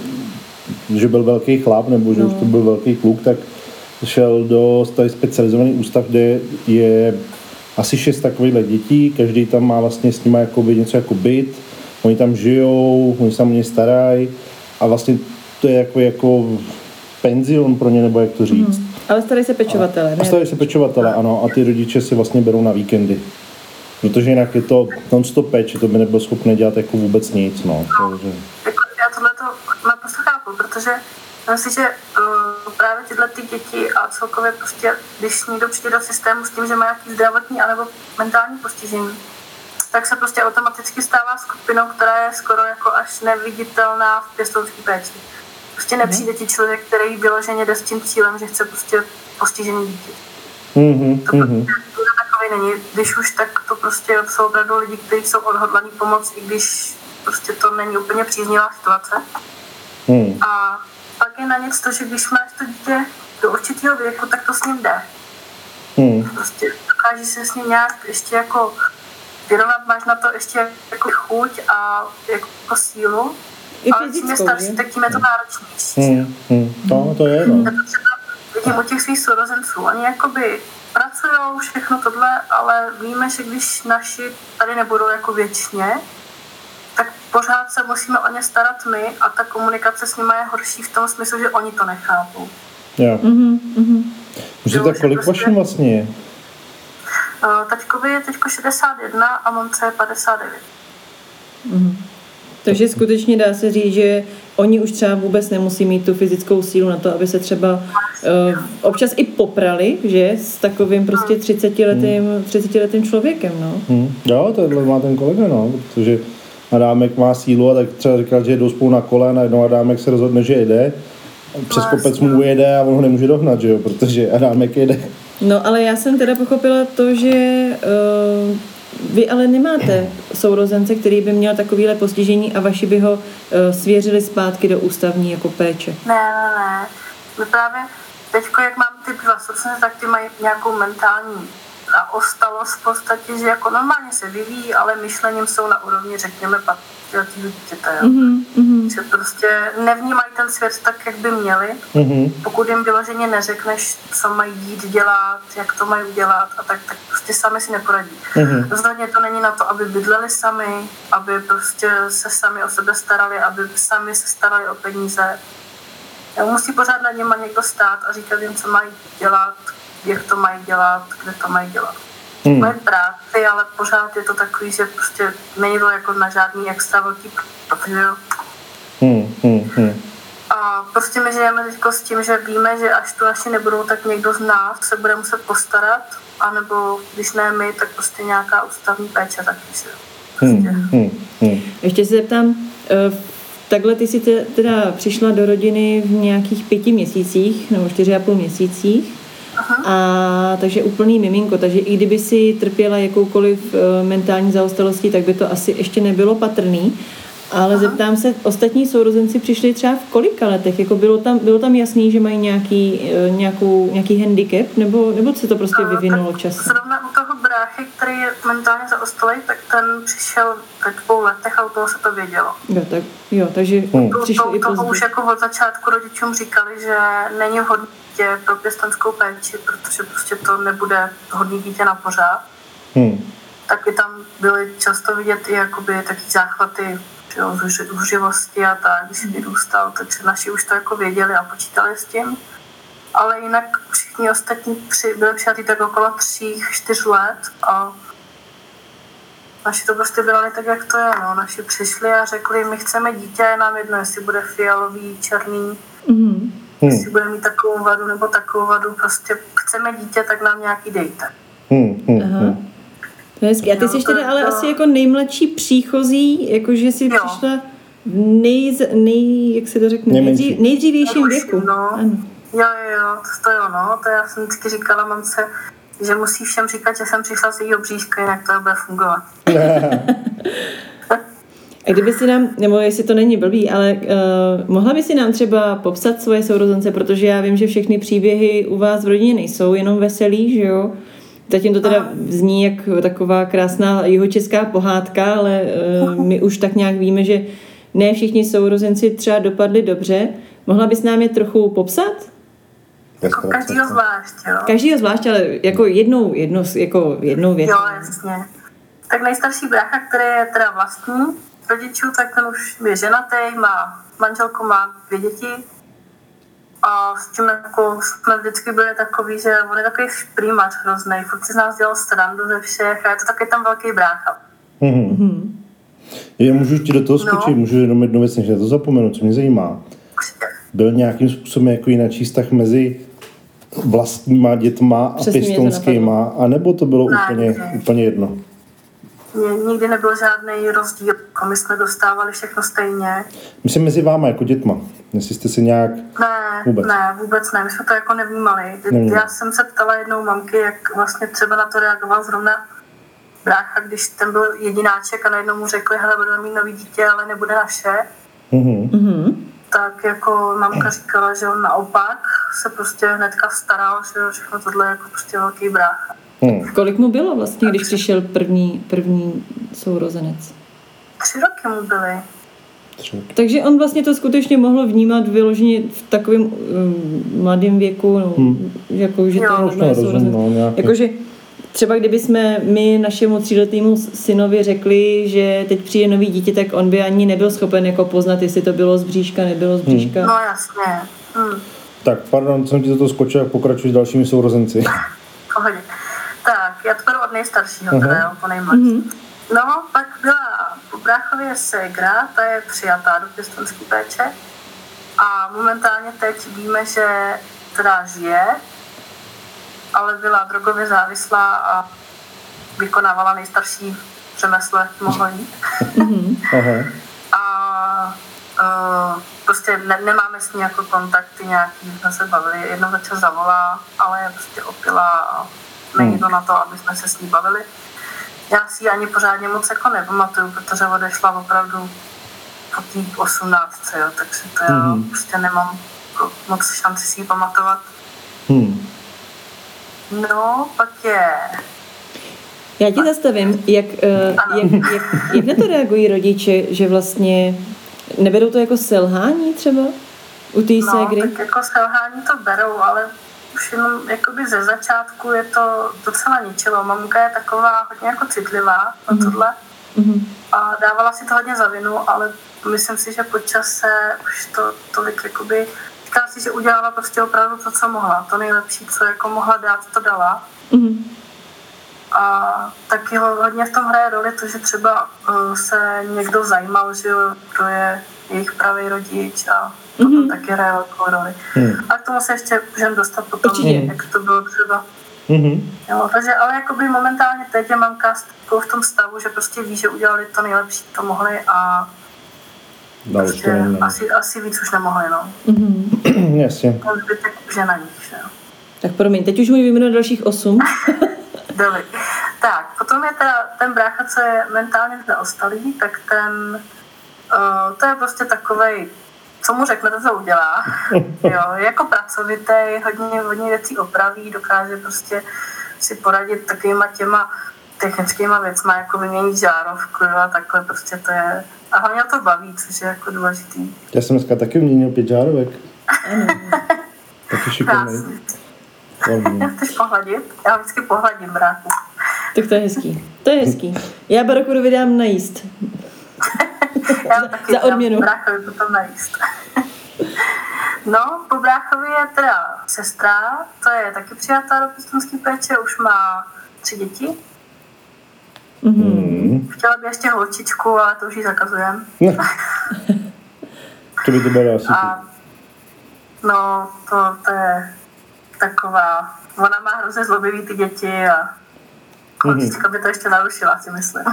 že byl velký chlap, nebo že no. už to byl velký kluk, tak šel do tady specializovaný ústav, kde je asi šest takovýchhle dětí, každý tam má vlastně s nimi jakoby něco jako byt, oni tam žijou, oni se tam mě starají a vlastně to je jako, jako penzion pro ně, nebo jak to říct. Hmm. Ale starají se pečovatele, a, ne? A starají se pečovatele, ano, a ty rodiče si vlastně berou na víkendy. Protože jinak je to non-stop péče, to by nebyl schopný dělat jako vůbec nic, no. Takže... Já tohle to naprosto chápu, protože myslím si, že uh, právě tyhle ty děti a celkově prostě, když někdo přijde do systému s tím, že má nějaký zdravotní anebo mentální postižení, tak se prostě automaticky stává skupinou, která je skoro jako až neviditelná v pěstounské péči. Prostě nepřijde ti člověk, který vyloženě jde s tím cílem, že chce prostě postižení dítě. Mm-hmm, to prostě mm-hmm. takový není. Když už, tak to prostě jsou opravdu lidi, kteří jsou odhodlaní pomoct, i když prostě to není úplně příznivá situace. Mm. A pak je na něco to, že když máš to dítě do určitého věku, tak to s ním jde. Mm. Prostě dokážeš se s ním nějak ještě jako vyrovnat, máš na to ještě jako chuť a jako sílu. I ale čím je starší, tak tím je to náročnější. Mm. Mm. No, to je, no. Já to třeba vidím u těch svých sourozenců. Oni jakoby pracujou všechno tohle, ale víme, že když naši tady nebudou jako věčně, tak pořád se musíme o ně starat my a ta komunikace s nimi je horší v tom smyslu, že oni to nechápou. Jo. Mm-hmm, mm-hmm. Může tak kolik prostě, vaším vlastně je? Uh, taťkovi je teďko šedesát jedna a mamce je padesát devět. Mm-hmm. Takže skutečně dá se říct, že oni už třeba vůbec nemusí mít tu fyzickou sílu na to, aby se třeba uh, občas i poprali, že, s takovým prostě třicetiletým, třicetiletým člověkem, no. Hmm. Jo, tohle má ten kolega, no, protože Adámek má sílu a tak třeba říkal, že jedou spolu na kole a najednou Adámek se rozhodne, že jede, přes kopec mu ujede a on ho nemůže dohnat, že jo, protože Adámek jede. No, ale já jsem teda pochopila to, že uh, vy ale nemáte sourozence, který by měl takovýhle postižení a vaši by ho uh, svěřili zpátky do ústavní jako péče. Ne, ne, ne. My právě teďko, jak mám ty dva sourozence, tak ty mají nějakou mentální ostalost v podstatě, že jako normálně se vyvíjí, ale myšlením jsou na úrovni, řekněme, pětiletého dítěte. Mm-hmm, mm-hmm. Že prostě nevnímají ten svět tak, jak by měli. Mm-hmm. Pokud jim vyloženě neřekneš, co mají jít dělat, jak to mají udělat, a tak, tak prostě sami si neporadí. Mm-hmm. Rozhodně to není na to, aby bydleli sami, aby prostě se sami o sebe starali, aby sami se starali o peníze. Musí pořád nad nimi někdo stát a říkat jim, co mají dělat, jak to mají dělat, kde to mají dělat. Hmm. Mají práci, ale pořád je to takový, že prostě není to jako na žádný extra velký profil. Hmm, hmm, hmm. A prostě my žijeme teďko s tím, že víme, že až tu naši nebudou, tak někdo z nás se bude muset postarat, anebo když ne my, tak prostě nějaká ústavní péče taky. Prostě. Hmm, hmm, hmm. Ještě se zeptám, uh, takhle ty jsi teda přišla do rodiny v nějakých pěti měsících, nebo čtyři a půl měsících. Aha. A takže úplný miminko, takže i kdyby si trpěla jakoukoliv uh, mentální zaostalostí, tak by to asi ještě nebylo patrný, Ale zeptám se, ostatní sourozenci přišli třeba v kolika letech? Jako bylo tam, bylo tam jasný, že mají nějaký, nějakou, nějaký handicap, nebo, nebo se to prostě vyvinulo časem? Zrovna u toho bráchy, který je mentálně zaostalý, tak ten přišel ve dvou letech a u toho se to vědělo. Jo, tak, jo takže hmm. přišli to, i toho později. už jako od začátku rodičům říkali, že není vhodný dítě pro pěstounskou péči, protože prostě to nebude hodný dítě na pořád. Hmm. Taky tam byly často vidět i jakoby taky záchvaty zuřivosti a tak, když vyrůstal, takže naši už to jako věděli a počítali s tím. Ale jinak všichni ostatní při, byli přijatí tak okolo tří, čtyř let a naši to prostě brali tak, jak to je. No. Naši přišli a řekli, my chceme dítě, je nám jedno, jestli bude fialový, černý, mm-hmm. jestli bude mít takovou vadu nebo takovou vadu, prostě chceme dítě, tak nám nějaký dejte. Mm-hmm. Aha. To je hezky. A ty jsi teda ale to... asi jako nejmladší příchozí, jakože jsi jo. přišla v nej, nej, jak se to řekne, nejdřív, nejdřívějším věku. No. Ano. Jo, jo, jo, to jo, no, to já jsem vždycky říkala mamce, že musí všem říkat, že jsem přišla z jejího bříška, jinak to bude fungovat. A kdyby si nám, nebo jestli to není blbý, ale uh, mohla by si nám třeba popsat svoje sourozence, protože já vím, že všechny příběhy u vás v rodině nejsou jenom veselý, že jo? Zatím to teda zní jak taková krásná jihočeská pohádka, ale uh, my už tak nějak víme, že ne všichni sourozenci třeba dopadli dobře. Mohla bys nám je trochu popsat? Jako každýho zvlášť, jo. Každýho zvlášť, ale jako jednou, jednou, jako jednou věc. Jo, jasně. Tak nejstarší brácha, který je teda vlastní rodičů, tak ten už je ženatý, má manželku, má dvě děti. A s tím jako jsme vždycky byli takový, že on je takový šprýmař hroznej, furt si z nás dělal srandu ze všech a je to takový tam velký brácha. Mm-hmm. Já můžu ti do toho skočit, no. Můžu jenom jednu věc, než na to zapomenu, co mě zajímá. Byl nějakým způsobem jako jiný vztah mezi vlastníma dětma a pěstounskýma, anebo to bylo ne, úplně, ne. úplně jedno? Nikdy nebyl žádný rozdíl, my jsme dostávali všechno stejně. Myslím mezi váma jako dětma, jestli jste se nějak... Ne, vůbec. ne, vůbec ne, my jsme to jako nevnímali. Nevnímali. Já jsem se ptala jednou mamky, jak vlastně třeba na to reagoval zrovna brácha, když ten byl jedináček a najednou mu řekli, hele, budeme mít nový dítě, ale nebude naše. Mm-hmm. Tak jako mamka říkala, že on naopak se prostě hnedka staral, že všechno tohle je jako prostě velký brácha. Hmm. Kolik mu bylo vlastně, když přišel první, první sourozenec? Tři roky mu byly. Takže on vlastně to skutečně mohl vnímat vyloženě v takovém um, mladém věku, no, hmm. jako, že to je sourozenec. No, jakože třeba kdyby jsme my našemu tříletému synovi řekli, že teď přijde nový dítě, tak on by ani nebyl schopen jako poznat, jestli to bylo z bříška, nebylo z bříška. Hmm. No jasně. Hmm. Tak, pardon, jsem ti za to skočil, jak pokračuji s dalšími sourozenci. Pohodě. Tak, já to beru od nejstaršího, teda, jo, po nejmladší. Mm-hmm. No, pak byla u bráchově ségra, ta je přijatá do pěstounské péče a momentálně teď víme, že teda žije, ale byla drogově závislá a vykonávala nejstarší řemeslo, jak mohlo jít. Mm-hmm. a uh, prostě ne, nemáme s ní jako kontakty nějaký, jsme se bavili, jednou za čas zavolá, ale je prostě opila a není to na to, aby jsme se s ní bavili. Já si ji ani pořádně moc jako nepamatuju, protože odešla opravdu po té osmnáctce, jo, takže to já mm. prostě nemám moc šanci si ji pamatovat. Mm. No, pak je... Já ti zastavím, jak, uh, jak, jak, jak na to reagují rodiče, že vlastně neberou to jako selhání třeba u té no, ségry? No, tak jako selhání to berou, ale už jenom jakoby ze začátku je to docela ničilo. Mamka je taková hodně jako citlivá na tohle mm-hmm. a dávala si to hodně za vinu, ale myslím si, že po čase už to tolik jakoby, říkala si, že udělala prostě opravdu to, co mohla. To nejlepší, co jako mohla dát, to dala. Mm-hmm. A taky hodně v tom hraje roli to, že třeba uh, se někdo zajímal, že kdo je jejich pravý rodič a to mm-hmm. taky hraje velkou roli. Mm. A k tomu se ještě můžeme dostat potom, mm. jak to bylo třeba. Mm-hmm. Jo, takže ale jakoby momentálně teď je mamka v tom stavu, že prostě ví, že udělali to nejlepší, to mohli a prostě asi, asi víc už nemohli, no. Mm-hmm. Jasně. To zbytek už je na nich, že jo. Tak promiň, teď už můj vyjmenovat dalších osm. Dobře. Tak, potom je teda ten brácha, co je mentálně zaostalý, tak ten Uh, to je prostě takovej, co mu řeknete, co udělá. Jo, je jako pracovitý, hodně, hodně věcí opraví, dokáže prostě si poradit takovýma těma technickýma věcma, jako vyměnit žárovku, jo, a takhle prostě to je. A hlavně to baví, což je jako důležitý. Já jsem dneska taky vyměnil pět žárovek. Taky šikovnej. Chceš pohladit? Já vždycky pohladím bráchu. Tak to je hezký. To je hezký. Já Barakovi vydám najíst. Já taky za odměnu. Bráchovi potom najíst. No, po bráchovi je teda sestra, to je taky přijatá do pěstounské péče, už má tři děti. Mm-hmm. Chtěla by ještě holčičku, ale to už jí zakazujem. To by to bylo asi. A, no, to, to je taková, ona má hrozně zlobivý ty děti a holčička by to ještě narušila, si myslím.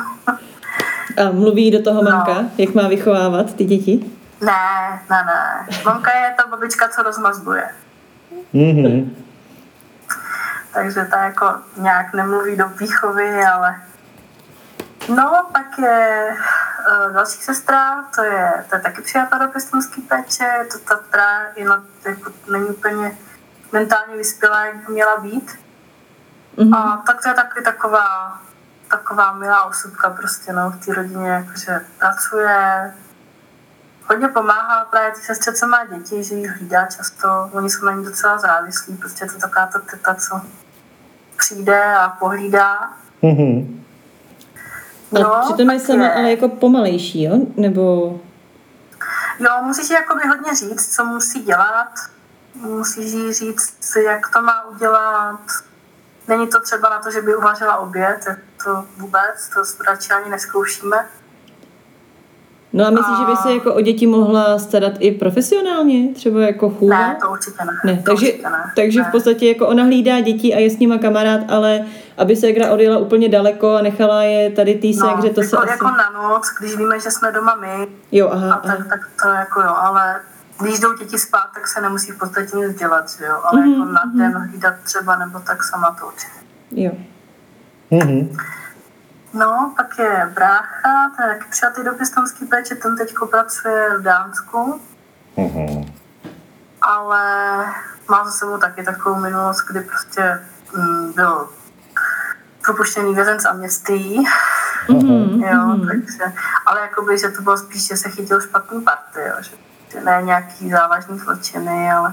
A mluví do toho mamka, no. Jak má vychovávat ty děti? Ne, ne, ne. Mamka je ta babička, co rozmazluje. Mm-hmm. Takže ta jako nějak nemluví do výchovy, ale... No, pak je uh, další sestra, to je, to je taky přijatá do pěstounské péče, to ta, která jenom, jako, není úplně mentálně vyspělá, jak by měla být. Mm-hmm. A tak to je taky taková, taková milá osobka prostě, no, v té rodině, jakože pracuje, hodně pomáhá právě té sestře, co má děti, že jí hlídá často, oni jsou na ní docela závislí, prostě je to taková ta teta, co přijde a pohlídá. Mm-hmm. No, a přitom je sama ale jako pomalejší, jo? Nebo... Jo, musíš jí jakoby hodně říct, co musí dělat, musíš jí říct, jak to má udělat. Není to třeba na to, že by uvařila oběd, to vůbec, to radši ani neskoušíme. No a myslíš, a... že by se jako o děti mohla starat i profesionálně? Třeba jako chůva? Ne, to určitě ne. ne to takže určitě ne. takže ne. v podstatě jako ona hlídá děti a je s nima kamarád, ale aby ségra odjela úplně daleko a nechala je tady tý no, ségře, to jako, se asi... jako na noc, když víme, že jsme doma my, jo, aha, a tak, aha. tak to jako jo, ale když jdou děti spát, tak se nemusí v podstatě nic dělat, jo, ale mm-hmm, jako na mm-hmm. den hlídat třeba, nebo tak sama to určitě. Jo. Mm-hmm. No, pak je brácha, ten je taky přijatý do pěstounské péče, ten teďko pracuje v Dánsku. Mm-hmm. Ale má za sebou taky takovou minulost, kdy prostě mm, byl propuštěný vězen z amnestí. Mm-hmm. jo, takže, ale jakoby, že to bylo spíš, že se chytil špatný party, jo, že, že ne nějaký závažný zločiny, ale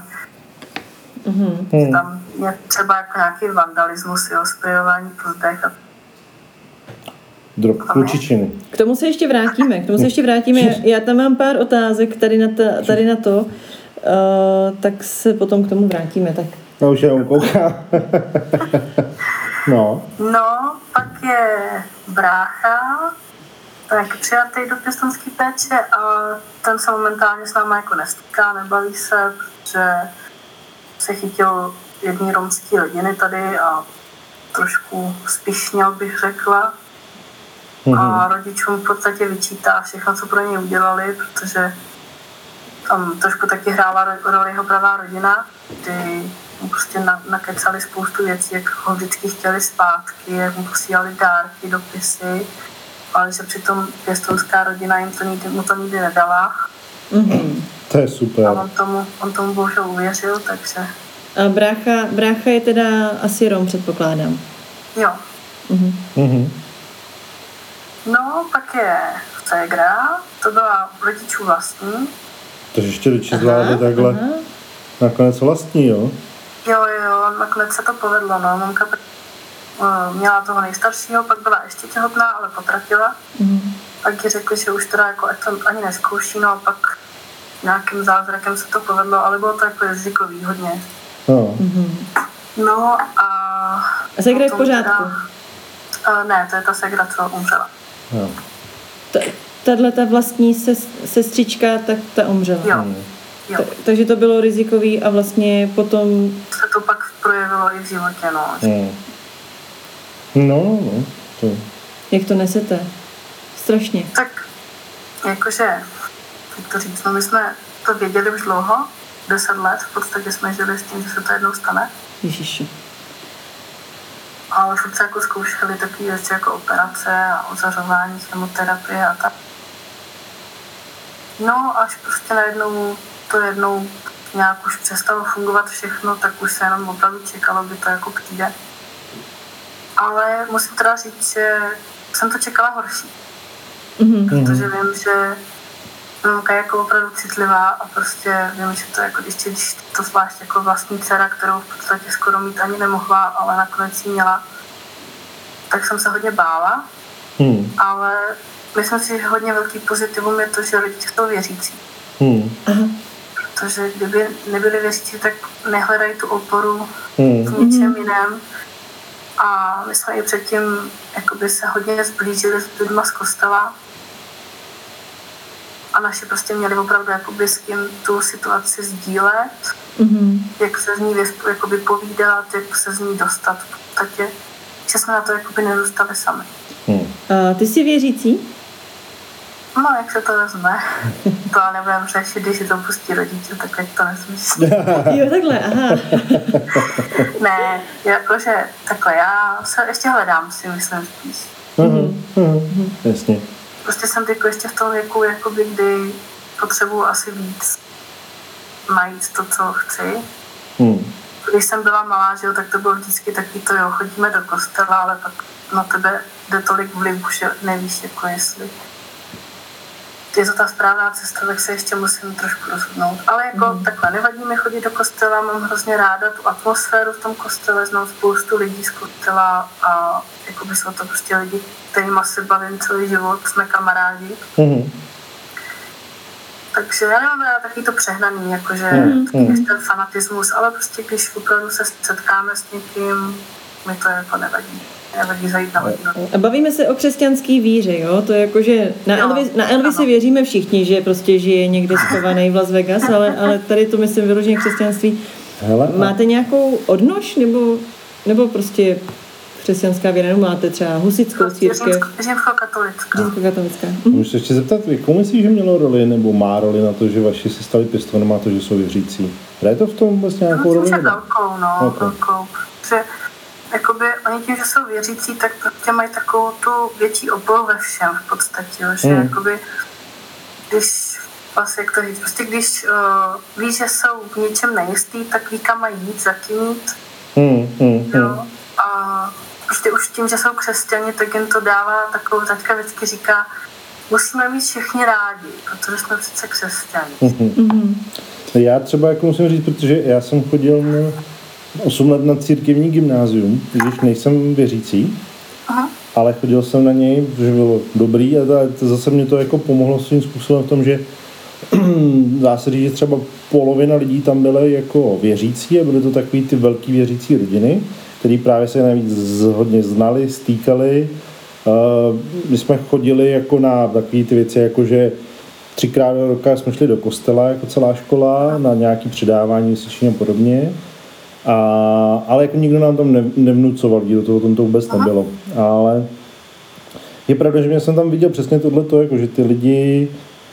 mm-hmm. tam je třeba jako nějaký vandalismus, jo, spojování po zdech a drog klučičiny. K tomu se ještě vrátíme, k tomu se ještě vrátíme. Já, já tam mám pár otázek tady na, ta, tady na to, uh, tak se potom k tomu vrátíme. Tak. Já už jenom koukám. no. No, pak je brácha, tak přijatý do pěstounské péče a ten se momentálně s náma jako nestýká, nebaví se, protože se chytil jedný romský rodiny tady a trošku spíšněl, bych řekla. A rodičům v podstatě vyčítá všechno, co pro ně udělali, protože tam trošku taky hrála roli jeho pravá rodina, kdy mu prostě nakecali spoustu věcí, jak ho vždycky chtěli zpátky, jak mu posílali dárky, dopisy, ale že přitom pěstounská rodina jim to nikdy, mu to nikdy nedala. Mm-hmm. To je super. A on tomu, on tomu bohužel uvěřil, takže... A brácha, brácha je teda asi Rom, předpokládám. Jo. Mm-hmm. Mm-hmm. No, pak je ségra, to byla rodičů vlastní. Takže ještě rodiče zvládli takhle aha. Nakonec vlastní, jo? Jo, jo, nakonec se to povedlo, no. Mamka měla toho nejstaršího, pak byla ještě těhotná, ale potratila. Mm. Pak ji řekli, že už teda jako to ani neskouší, no a pak nějakým zázrakem se to povedlo, ale bylo to jako rizikový hodně. No, mm-hmm. no a... A ségra je v pořádku? Teda, ne, to je ta ségra, co umřela. Jo. Tahle ta vlastní ses, sestřička, tak ta umřela. Jo. jo. Ta, takže to bylo rizikový a vlastně potom... Se to pak projevilo i v životě, no. Mm. No, no. To... Jak to nesete? Strašně. Tak, jakože, jak to říct, no my jsme to věděli už dlouho, deset let, v podstatě jsme žili s tím, že se to jednou stane. Ježiši. Ale furt se jako zkoušeli takové věci jako operace a ozařování, chemoterapie a tak. No, až prostě najednou to jednou nějak už přestalo fungovat všechno, tak už se jenom opravdu čekalo, kdy to jako přijde. Ale musím teda říct, že jsem to čekala horší. Mm-hmm. Protože vím, že mamka je jako opravdu citlivá a prostě vím, že to jako, když, když to zvlášť jako vlastní dcera, kterou v podstatě skoro mít ani nemohla, ale nakonec ji měla, tak jsem se hodně bála. Mm. Ale myslím si, že hodně velký pozitivum je to, že rodiče jsou věřící. Mm. Protože kdyby nebyli věřící, tak nehledají tu oporu mm. v ničem jiném. A my jsme i předtím jakoby se hodně zblížili s lidma z kostela. A naši prostě měli opravdu jakoby s kým tu situaci sdílet, mm-hmm. jak se z ní jakoby povídat, jak se z ní dostat v podstatě, že jsme na to jakoby nedostali sami. Mm. A ty jsi věřící? No, jak se to vezme. To ale nebudem řešit, když si to pustí rodiče, tak jak to nesmyslí. Jo, takhle, aha. Ne, jakože takhle, já se ještě hledám, si myslím spíš. Mm-hmm. Mm-hmm. Jasně. Prostě jsem teď ještě v tom věku, jakoby, kdy potřebuji asi víc najít to, co chci. Mm. Když jsem byla malá, že jo, tak to bylo vždycky taky to, jo, chodíme do kostela, ale pak na tebe jde tolik vliv, že nevíš, jako jestli je to ta správná cesta, tak se ještě musím trošku rozhodnout. Ale jako mm. takhle, nevadí mi chodit do kostela, mám hrozně ráda tu atmosféru v tom kostele, znám spoustu lidí z kostela a jakoby jsou to prostě lidi, kterýma se bavím celý život, jsme kamarádi. Mm. Takže já nemám ráda taky to přehnaný, jakože mm. ten fanatismus, ale prostě když opravdu se setkáme s někým, mi to jako nevadí. A bavíme se o křesťanský víře, jo? To je jako, že na, Elvis, na Elvise věříme všichni, že prostě žije někde schovaný v Las Vegas, ale, ale tady to myslím vyloženě křesťanství. Hele, máte nějakou odnož, nebo, nebo prostě křesťanská víra, nebo máte třeba husitskou církev? Římskokatolická. Římskokatolická. Můžu se ještě zeptat, jakou myslíš, že mělo roli, nebo má roli na to, že vaši se stali pěstouni, má to, že jsou věřící? Hraje to v tom vlastně nějakou roli? Myslím, že velkou, no, okay. velkou. Že jakoby oni tím, že jsou věřící, tak prostě mají takovou tu větší oporu ve všem v podstatě, jo? Že hmm. jakoby, když vlastně, jak to říct, prostě když uh, víš, že jsou v něčem nejistý, tak ví, kam mají jít, za kým jít, hmm. Hmm. jo, a prostě už tím, že jsou křesťani, tak jim to dává takovou, taťka vždycky říká, musíme mít všichni rádi, protože jsme přece křesťani. Hmm. Já třeba jako musím říct, protože já jsem chodil na osm let na církevní gymnázium, když nejsem věřící, aha. ale chodil jsem na něj, že bylo dobrý a to, zase mě to jako pomohlo svým způsobem v tom, že dá se říct, že třeba polovina lidí tam byly jako věřící a byly to takový ty velký věřící rodiny, který právě se navíc hodně znali, stýkali. My jsme chodili jako na takové ty věci, jako že třikrát do roka jsme šli do kostela jako celá škola na nějaké předávání měsíčně a podobně. A, ale jako nikdo nám tam ne, nevnucoval, do toho tom to vůbec aha. nebylo. Ale je pravda, že jsem tam viděl přesně tohleto, jako že ty lidi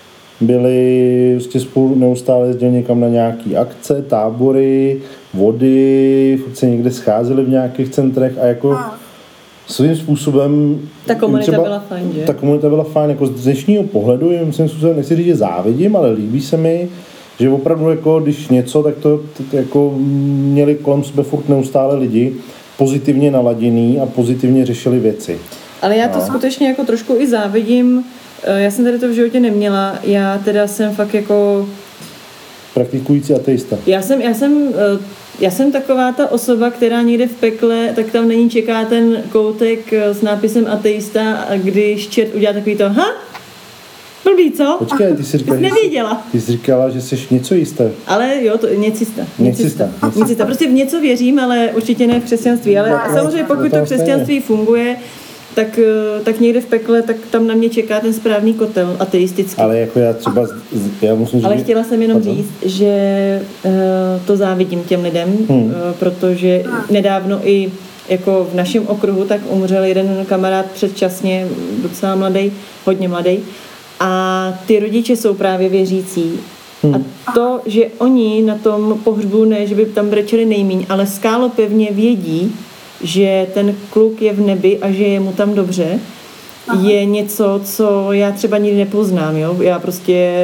byli prostě spolu neustále jezdili někam na nějaký akce, tábory, vody, furt se někde scházeli v nějakých centrech a jako aha. svým způsobem... Ta komunita třeba, byla fajn, že? Ta komunita byla fajn, jako z dnešního pohledu, jim svým způsobem, nechci říct, že závidím, ale líbí se mi, že opravdu jako, když něco, tak to, to, to jako měli kolem sebe furt neustále lidi pozitivně naladěný a pozitivně řešili věci. Ale já to no. skutečně jako trošku i závidím. Já jsem tady to v životě neměla. Já teda jsem fakt jako... Praktikující ateista. Já jsem, já jsem, já jsem taková ta osoba, která někde v pekle, tak tam není čeká ten koutek s nápisem ateista a když čert udělá takový to, ha? Blbý, co? Počkej, ty jsi říkala, nevěděla. Ty jsi říkala, že jsi něco jisté. Ale jo, to něcista. Něcista. Něcista. Prostě v něco věřím, ale určitě ne v křesťanství. Ale no, samozřejmě pokud to křesťanství funguje, tak, tak někde v pekle, tak tam na mě čeká ten správný kotel ateistický. Ale jako já třeba, já musím říct... Ale chtěla jsem jenom Pardon? říct, že uh, to závidím těm lidem, hmm. uh, protože nedávno i jako v našem okruhu tak umřel jeden kamarád předčasně, docela mladý, hodně mladý. A ty rodiče jsou právě věřící. Hmm. A to, že oni na tom pohřbu ne, že by tam brečeli nejmíň, ale skálopevně vědí, že ten kluk je v nebi a že je mu tam dobře, aha. je něco, co já třeba nikdy nepoznám. Jo? Já prostě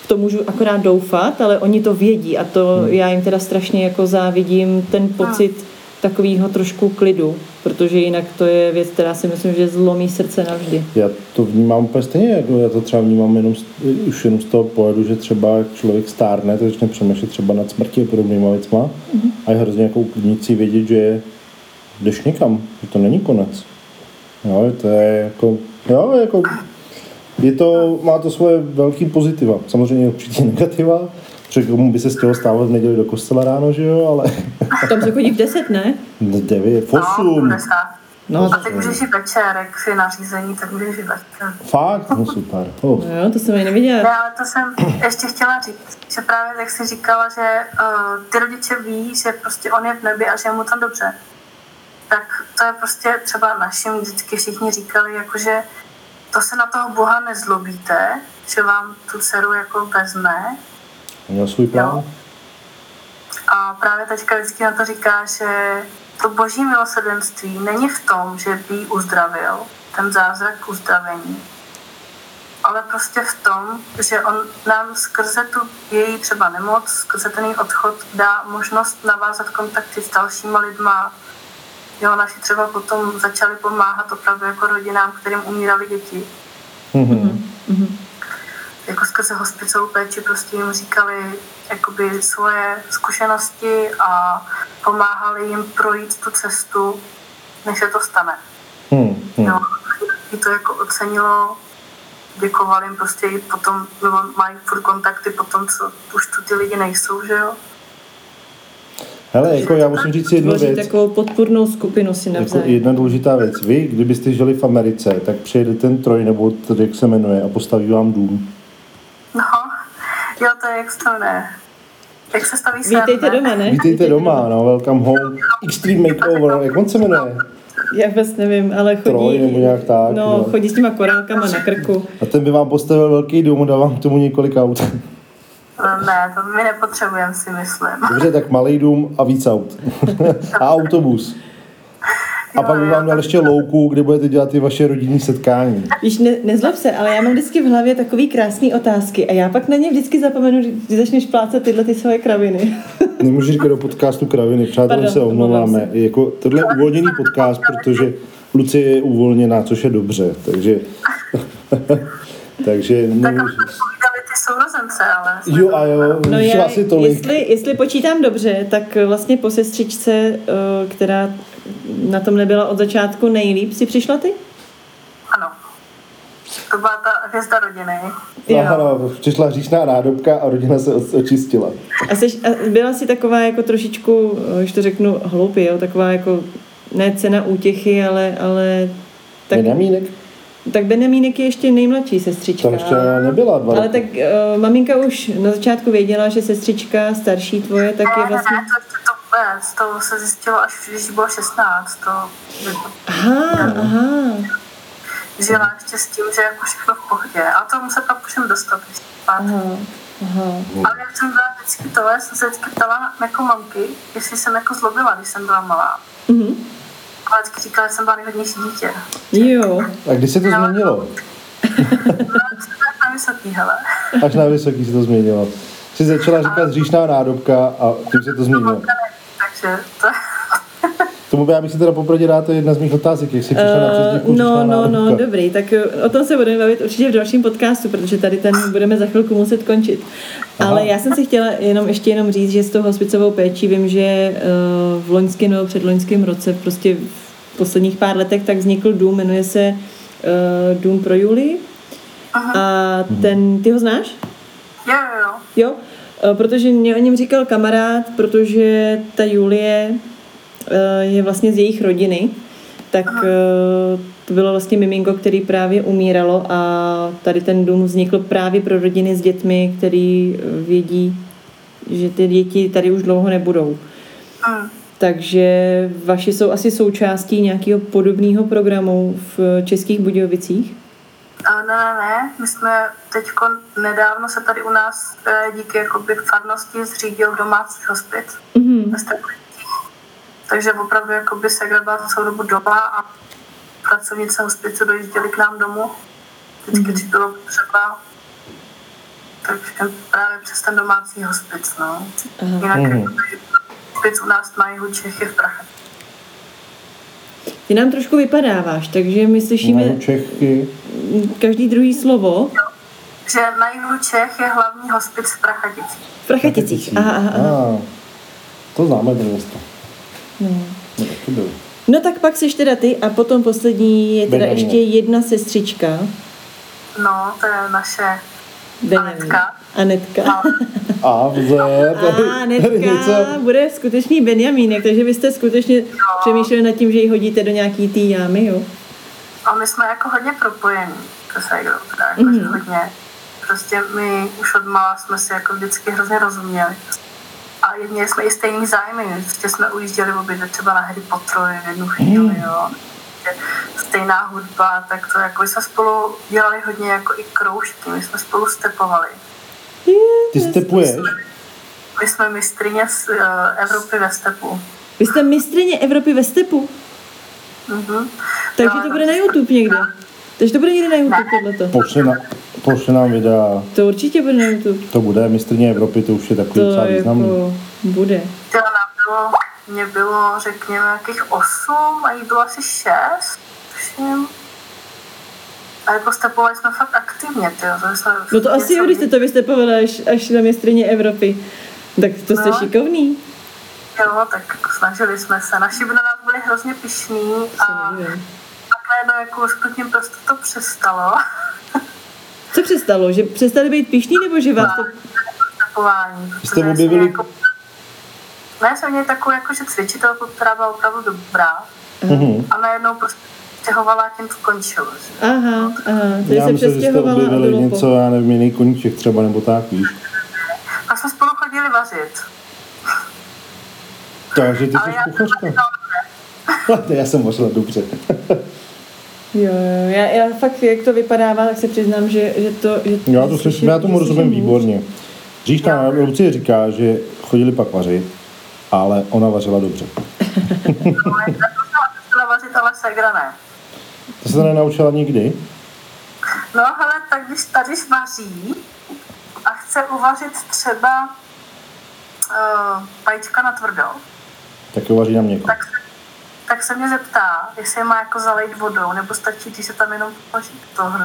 to můžu akorát doufat, ale oni to vědí a to hmm. já jim teda strašně jako závidím ten pocit hmm. takového trošku klidu, protože jinak to je věc, která si myslím, že zlomí srdce navždy. Já to vnímám úplně stejně, jako já to třeba vnímám jenom, už jenom z toho pohledu, že třeba člověk stárne, to začne přemýšlet třeba nad smrtí a podobnýma věcma mm-hmm. a je hrozně jako uklidnící vědět, že jdeš někam, že to není konec. Jo, to je jako, jo, jako, je to, má to svoje velký pozitiva, samozřejmě určitě negativa, protože komu by se chtělo stávat v neděli do kostela ráno, že jo, ale... Tam se chodí v deset, ne? devět, v osm. No, a teď můžeš jít večer, jak si nařízení, tak můžeš jít večer. Fakt? No super. Oh. No jo, to jsem ani neviděla. Já, ale to jsem ještě chtěla říct, že právě tak jsi říkala, že uh, ty rodiče ví, že prostě on je v nebi a že je mu tam dobře. Tak to je prostě třeba našim vždycky všichni říkali, jakože to se na toho Boha nezlobíte, že vám tu dceru jako vezme. Měl svůj plán. Jo. A právě teďka vždycky na to říká, že to boží milosrdenství není v tom, že by ji uzdravil, ten zázrak uzdravení, ale prostě v tom, že on nám skrze tu její třeba nemoc, skrze ten její odchod dá možnost navázat kontakty s dalšíma lidma. Jo, naši třeba potom začali pomáhat opravdu jako rodinám, kterým umírali děti. Mm-hmm. Mm-hmm. Jako skrze hospicovou péči prostě jim říkali jakoby svoje zkušenosti a pomáhali jim projít tu cestu, než se to stane. Hmm, hmm. Jo, a to jako ocenilo, děkovali jim prostě i potom, nebo mají furt kontakty potom, co už tu ty lidi nejsou, že jo. Hele, jako já musím říct jednu věc. Takovou podpůrnou skupinu si navzájem. Jako jedna důležitá věc. Vy, kdybyste žili v Americe, tak přijede ten Troj, nebo tady, jak se jmenuje, a postaví vám dům. No, jo, to je jak to ne. Jak se staví sem, Vítejte ne? doma, ne? Vítejte doma, no, welcome home, extreme makeover, jak on se jmenuje? Já vůbec nevím, ale chodí... Troj, nebo nějak tak. No, no, chodí s těma korálkama na krku. A ten by vám postavil velký dům a dal vám k tomu několik aut. No, ne, to my nepotřebujeme, si myslím. Dobře, tak malý dům a víc aut. A autobus. A pak by vám dal ještě louku, kde budete dělat ty vaše rodinné setkání. Víš, ne, nezlob se, ale já mám vždycky v hlavě takový krásný otázky a já pak na ně vždycky zapomenu, když začneš plácat tyhle ty svoje kraviny. Nemůžu říkat do podcastu kraviny, přátelé, se omlouváme. Jako, tohle je uvolněný podcast, protože Lucie je uvolněná, což je dobře, takže... takže nemůžu... Sourozence, ale... Jo a jo, no já, asi tolik. Jestli, jestli počítám dobře, tak vlastně po sestřičce, která na tom nebyla od začátku nejlíp, si přišla ty? Ano. To byla ta hvězda rodiny. Aha, no, přišla hříšná nádobka a rodina se očistila. A, seš, a byla si taková jako trošičku, když to řeknu hloupě, jo, taková jako ne cena útěchy, ale... ale tak... Benjamínek? Tak Benjamínek je ještě nejmladší sestřička. To ještě nebyla dva. Ale tak uh, maminka už na začátku věděla, že sestřička starší tvoje, tak je vlastně... Ne, to, to, to, to se zjistilo až když bylo šestnáct. To, aha, to, aha. Žila ještě s tím, že jako všechno v pohodě. A tomu se pak můžeme dostat. Aha, aha. Ale já jsem byla vždycky tohle, jsem se vždycky ptala jako mamky, jestli jsem jako zlobila, když jsem byla malá. Mhm. Ale vždycky říkala, že jsem byla nejhodnější dítě. Jo. A kdy se to změnilo? Na vysoký, hele. Až na vysoký se to změnilo. Jsi začala říkat hříšná nádobka a tím se to změnilo. Takže to... Tomu já bych si teda popravdě rád, to je jedna z mých otázek, jak jsi přišla uh, na přezdívku hříšná No, no, nádobka. no, dobrý, tak o tom se budeme bavit určitě v dalším podcastu, protože tady ten budeme za chvilku muset končit. Aha. Ale já jsem si chtěla jenom ještě jenom říct, že s tou hospicovou péčí vím, že uh, v loňském nebo předloňském roce, prostě v posledních pár letech, tak vznikl dům, jmenuje se uh, Dům pro Julii. Aha. A ten, ty ho znáš? Jo, jo, jo. Jo, uh, protože mě o něm říkal kamarád, protože ta Julie je vlastně z jejich rodiny, tak Aha. to bylo vlastně miminko, který právě umíralo a tady ten dům vznikl právě pro rodiny s dětmi, který vědí, že ty děti tady už dlouho nebudou. Aha. Takže vaši jsou asi součástí nějakého podobného programu v Českých Budějovicích? A ne, ne, ne. My jsme teďko nedávno se tady u nás díky jakoby farnosti zřídil domácí hospic. Mhm. Takže opravdu jakoby Segra byla celou dobu doma a pracovnice hospicu dojížděly k nám domů. Vždycky, když bylo třeba. takže právě přes ten domácí hospic, no. Aha. Jinak Mhm. jako, hospic u nás na jihu Čech je v Praze. Ty nám trošku vypadáváš, takže my slyšíme Na Čechy. každý druhý slovo. Že na jihu Čech je hlavní hospic v Prachaticích. V Prachaticích. Aha, aha, aha. Ah, to známe to město. No. No, taky byl. no tak pak seš teda ty a potom poslední je teda Benjamin. ještě jedna sestřička. No, to je naše Benjamin. Anetka. Anetka. A vze, tady, A tady něco. Anetka bude skutečný Benjamínek, takže vy jste skutečně přemýšleli nad tím, že ji hodíte do nějaký tý jámy, jo? A my jsme jako hodně propojení, to se jako, teda, jako mm-hmm. hodně. Prostě my už od mala jsme si jako vždycky hrozně rozuměli. A jedně jsme i stejný zájmy, prostě jsme ujížděli obě třeba na Harry Potterovi v jednu chvíli, mm. jo. Stejná hudba, tak to jako jsme spolu dělali hodně jako i kroužky, my jsme spolu stepovali. Ty stepuješ? My jsme mistryně z uh, Evropy ve stepu. Vy jste mistryně Evropy ve stepu, Mm-hmm. takže to bude na YouTube někde. Takže to bude někde na YouTube tohleto. Pošli, na, pošli nám videa. To určitě bude na YouTube. To bude mistrně Evropy, to už je takový To docela významný. jako bude. Těla nám bylo, mě bylo, řekněme, jakých osm a jí bylo asi šest, tuším. A jako stepovali jsme fakt aktivně, tyjo. To jsme No to asi jo, když jste to vystepovali až, až na mistryně Evropy. Tak to jste No. šikovný. Jo, tak jako snažili jsme se. Naši by na nás byli hrozně pyšní a Nevím. pak najednou jako skutním prostě to přestalo. Co přestalo? Že přestali být pišní, nebo že vás to... Stepování. Jste protože objevili- jsme Jako, ne, jsme měli takovou jakože cvičitelku, která byla opravdu dobrá. Mhm. A najednou prostě stěhovala a tím to končilo. Aha, aha, takže Já se myslím, že jste přestěhovala a objevili bylo něco, po. já nevím, jiný koníček třeba, nebo tak, víš. A jsme spolu chodili vařit. Takže ty Ale jsi já kuchařka. Já jsem vařila dobře. Jo, jo, já, já fakt, jak to vypadává, tak se přiznám, že, že to... Že Já, to slyším- slyším, já tomu že slyším rozumím hůř. výborně. Říká, Lucie říká, že chodili pak vařit, ale ona vařila dobře. No, já jsem chtěla vařit, ale segra ne. To se to nenaučila nikdy? No, hele, tak když tady vaří a chce uvařit třeba uh, vajíčka na tvrdo, Tak jo, vaří na měko. tak se, tak se mě zeptá, jestli je má jako zalejt vodou, nebo stačí, když se tam jenom položí. Tohle.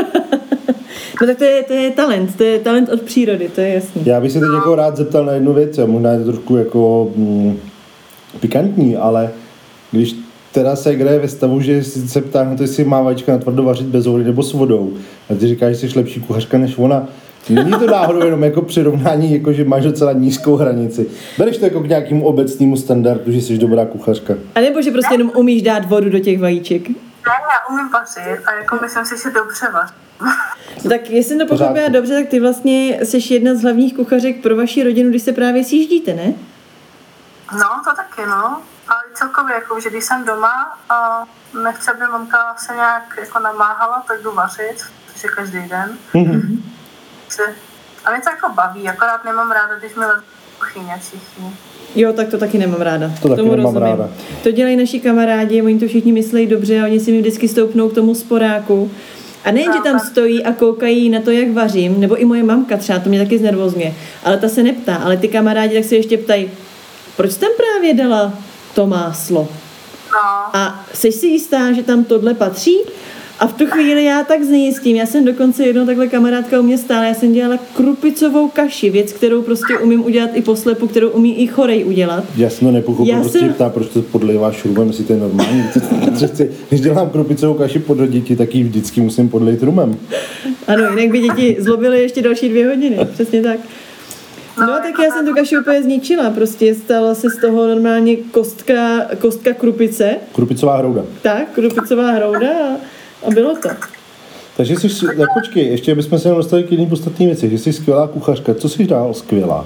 No tak to je, to je talent, to je talent od přírody, to je jasný. Já bych se teď jako rád zeptal na jednu věc, a možná je to trošku jako mm, pikantní, ale když teda se hraje ve stavu, že se ptá na to, jestli má vajíčka na tvrdo vařit bez vody nebo s vodou, a ty říkáš, že jsi lepší kuchařka než ona, není to náhodou jenom jako přirovnání, jako že máš docela nízkou hranici. Bereš to jako k nějakému obecnému standardu, že jsi dobrá kuchařka. A nebo že prostě jenom umíš dát vodu do těch vajíček. Ne, já umím vařit a jako myslím si, že dobře vařím. No tak jestli jsem to pochopila Pořádku. dobře, tak ty vlastně jsi jedna z hlavních kuchařek pro vaši rodinu, když se právě sjíždíte, ne? No, to taky, no. Ale celkově, jako, že když jsem doma a nechci, aby mamka se nějak jako namáhala, tak jdu vařit, což je každý den. Mhm. Takže- A mě to jako baví, akorát nemám ráda, když mi lezou kuchyně všichni. Jo, tak to taky nemám ráda. To taky Tomu nemám rozumím. ráda. To dělají naši kamarádi, oni to všichni myslejí dobře a oni si mi vždycky stoupnou k tomu sporáku. A nejen, že tam stojí a koukají na to, jak vařím, nebo i moje mamka třeba, to mě taky znervozňuje, ale ta se neptá, ale ty kamarádi tak se ještě ptají, proč jsi tam právě dala to máslo? No, A jsi si jistá, že tam tohle patří? A v tu chvíli já tak znejistím. Já jsem dokonce jednou takhle kamarádka u mě stála, já jsem dělala krupicovou kaši, věc, kterou prostě umím udělat i poslepu, kterou umí i chorej udělat. Já jsem to nepochopil, Já prostě jsem- ptá, proč to podléváš šrubem, jestli to je normální. Přeci, když dělám krupicovou kaši pod děti, tak ji vždycky musím podlejt rumem. Ano, jinak by děti zlobily ještě další dvě hodiny, přesně tak. No, tak já jsem tu kaši úplně zničila, prostě stala se z toho normálně kostka, kostka krupice, Krupicová hrouda. tak, krupicová hrouda a, a bylo to. Takže jsi, tak počkej, ještě bychom se dostali k jiným podstatné věci, že jsi skvělá kuchařka. Co jsi dál skvělá?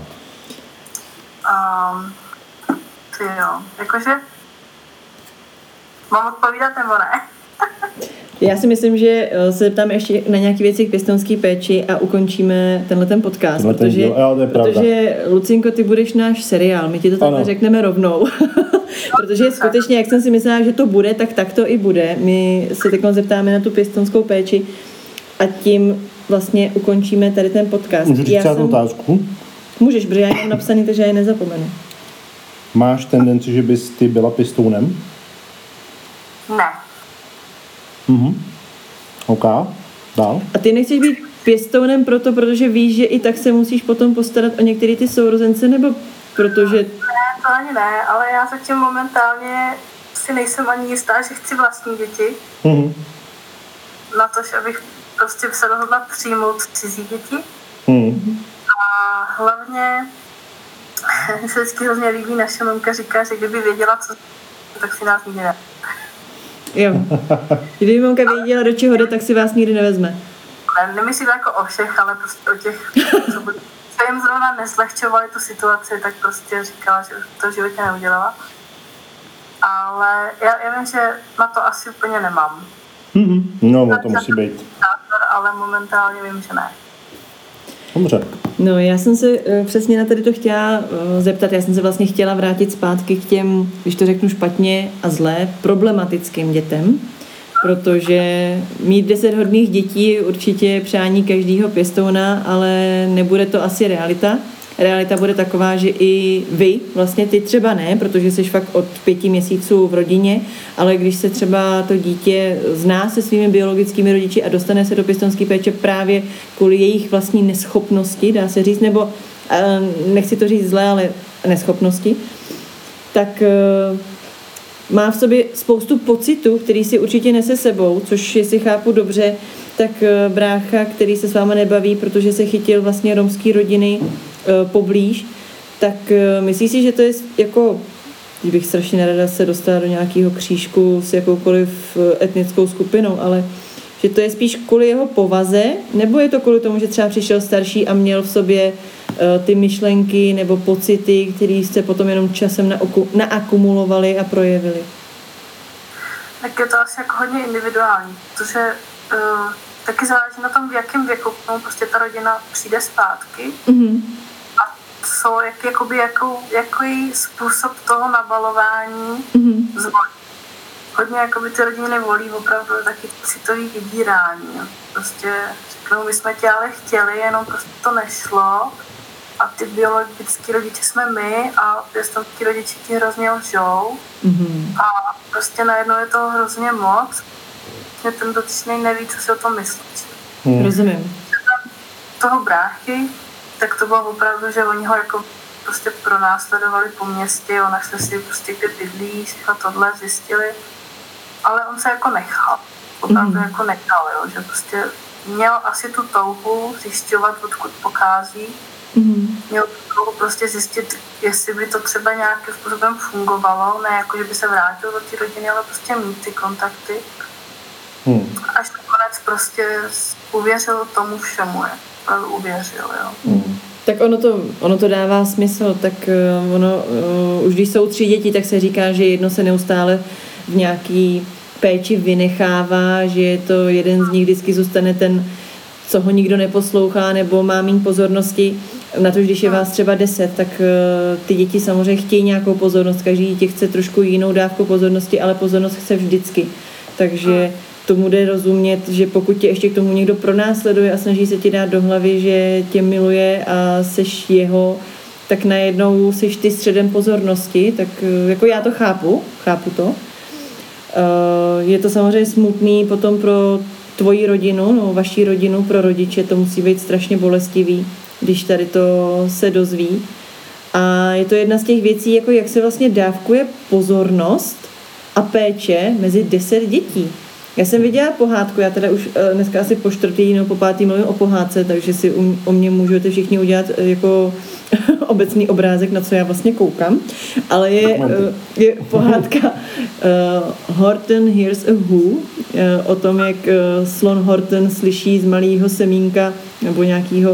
um, ty jo, jakože mám odpovídat nebo ne? Já si myslím, že eh, se zeptáme ještě na nějaké věci k pěstounské péči a ukončíme tenhle ten podcast, Tenhle ten protože, díl, jo, to je pravda. protože Lucinko, ty budeš náš seriál, my ti to takhle Ano. řekneme rovnou, protože skutečně, jak jsem si myslela, že to bude, tak tak to i bude. My se teď zeptáme na tu pěstounskou péči a tím vlastně ukončíme tady ten podcast. Můžu říct já jsem... otázku? Můžeš, protože já mám napsaný, takže já je nezapomenu. Máš tendenci, že bys ty byla pěstounem? Ne. Mhm. OK. Dál. A ty nechceš být pěstounem proto, protože víš, že i tak se musíš potom postarat o některé ty sourozence, nebo protože... Ne, to ani ne, ale já zatím momentálně si nejsem ani jistá, že chci vlastní děti. Mhm. Na to, abych prostě se rozhodla přijmout cizí děti. Mhm. A hlavně se vždycky hrozně líbí, naše mamka říká, že kdyby věděla, co tak si nás nikdy ne. Jo. Kdyby mamka věděla, do čeho jde, tak si vás nikdy nevezme. Ne, nemyslím jako o všech, ale prostě o těch, co, by, co jim zrovna nezlehčovali tu situaci, tak prostě říkala, že to v životě neudělala. Ale já, já vím, že na to asi úplně nemám. Mm-hmm. No, to musí být. Ale momentálně vím, že ne. Dobře. No, já jsem se uh, přesně na tady to chtěla uh, zeptat. Já jsem se vlastně chtěla vrátit zpátky k těm, když to řeknu špatně a zlé, problematickým dětem, protože mít deset hodných dětí je určitě přání každého pěstouna, ale nebude to asi realita. Realita bude taková, že i vy, vlastně ty třeba ne, protože jsi fakt od pěti měsíců v rodině, ale když se třeba to dítě zná se svými biologickými rodiči a dostane se do pěstounské péče právě kvůli jejich vlastní neschopnosti, dá se říct, nebo nechci to říct zle, ale neschopnosti, tak má v sobě spoustu pocitů, který si určitě nese sebou, což jestli chápu dobře, tak brácha, který se s váma nebaví, protože se chytil vlastně romský rodiny poblíž, tak myslíš si, že to je jako, když bych strašně nerada se dostala do nějakého křížku s jakoukoliv etnickou skupinou, ale že to je spíš kvůli jeho povaze, nebo je to kvůli tomu, že třeba přišel starší a měl v sobě ty myšlenky nebo pocity, které jste potom jenom časem naakumulovali a projevili? Tak je to asi jako hodně individuální, protože uh, taky záleží na tom, v jakém věku prostě ta rodina přijde zpátky. Mm-hmm. A co, jak, jakoby, jakou, jaký způsob toho nabalování mm-hmm. zvolí. Hodně jakoby ty rodiny volí opravdu taky citový vydírání. Prostě řeknou, my jsme tě ale chtěli, jenom prostě to nešlo. A ty biologický rodiče jsme my a pěstounský rodiče ti hrozně lžou. Mm-hmm. A prostě najednou je toho hrozně moc. Ten dotyčný neví, co si o tom myslí. Hmm. Rozumím. Toho bráchy, tak to bylo opravdu, že oni ho jako prostě pronásledovali po městě, našli si prostě kde bydlí, všechno tohle zjistili. Ale on se jako nechal. Opravdu mm. jako nechal, jo, že prostě měl asi tu touhu zjišťovat, odkud pochází. Mm. Měl tu touhu prostě zjistit, jestli by to třeba nějakým způsobem fungovalo, ne jako, že by se vrátil do té rodiny, ale prostě mít ty kontakty. Hmm. Až nakonec prostě uvěřil tomu všemu, je. Uvěřil, jo. Hmm. Tak ono to, ono to dává smysl, tak uh, ono, uh, už když jsou tři děti, tak se říká, že jedno se neustále v nějaký péči vynechává, že je to jeden z nich vždycky zůstane ten, co ho nikdo neposlouchá nebo má méně pozornosti. Na to, když je vás třeba deset, tak uh, ty děti samozřejmě chtějí nějakou pozornost, každý dítě chce trošku jinou dávku pozornosti, ale pozornost chce vždycky. Takže tomu jde rozumět, že pokud tě ještě k tomu někdo pronásleduje a snaží se ti dát do hlavy, že tě miluje a seš jeho, tak najednou seš ty středem pozornosti, tak jako já to chápu, chápu to. Je to samozřejmě smutný potom pro tvoji rodinu, no vaši rodinu, pro rodiče, to musí být strašně bolestivý, když tady to se dozví. A je to jedna z těch věcí, jako jak se vlastně dávkuje pozornost a péče mezi deset dětí. Já jsem viděla pohádku, já teda už dneska asi po čtvrtý nebo po pátý mluvím o pohádce, takže si o mě můžete všichni udělat jako obecný obrázek, na co já vlastně koukám, ale je, je pohádka uh, Horton Hears a Who, uh, o tom, jak uh, slon Horton slyší z malého semínka nebo nějakého uh,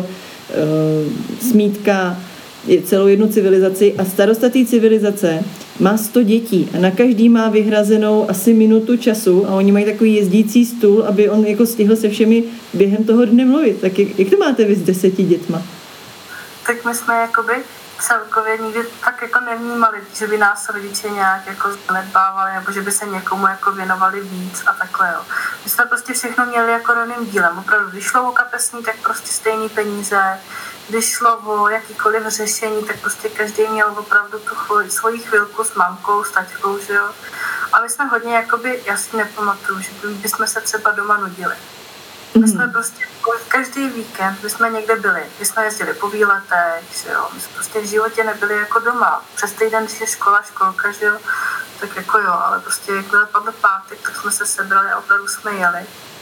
smítka celou jednu civilizaci a starosta té civilizace má sto dětí a na každý má vyhrazenou asi minutu času a oni mají takový jezdící stůl, aby on jako stihl se všemi během toho dne mluvit. Tak jak, jak to máte vy s deseti dětma? Tak my jsme jakoby, celkově nikdy tak jako nevnímali, že by nás rodiče nějak jako zanedbávali, nebo že by se někomu jako věnovali víc a takhle, jo. My jsme prostě všechno měli jako rovným dílem. Opravdu, když šlo o kapesní, tak prostě stejný peníze. Když šlo o jakýkoliv řešení, tak prostě každý měl opravdu tu chvíli, svoji chvilku s mamkou, s taťkou, že jo. A my jsme hodně, jakoby, já si nepamatuju, že bychom se třeba doma nudili. My jsme prostě každý víkend, my jsme někde byli, my jsme jezdili po výletech, že jo, my jsme prostě v životě nebyli jako doma. Přes týden, když je škola, školka, že jo, tak jako jo, ale prostě jakmile padl pátek, tak jsme se sebrali a opravdu jsme jeli.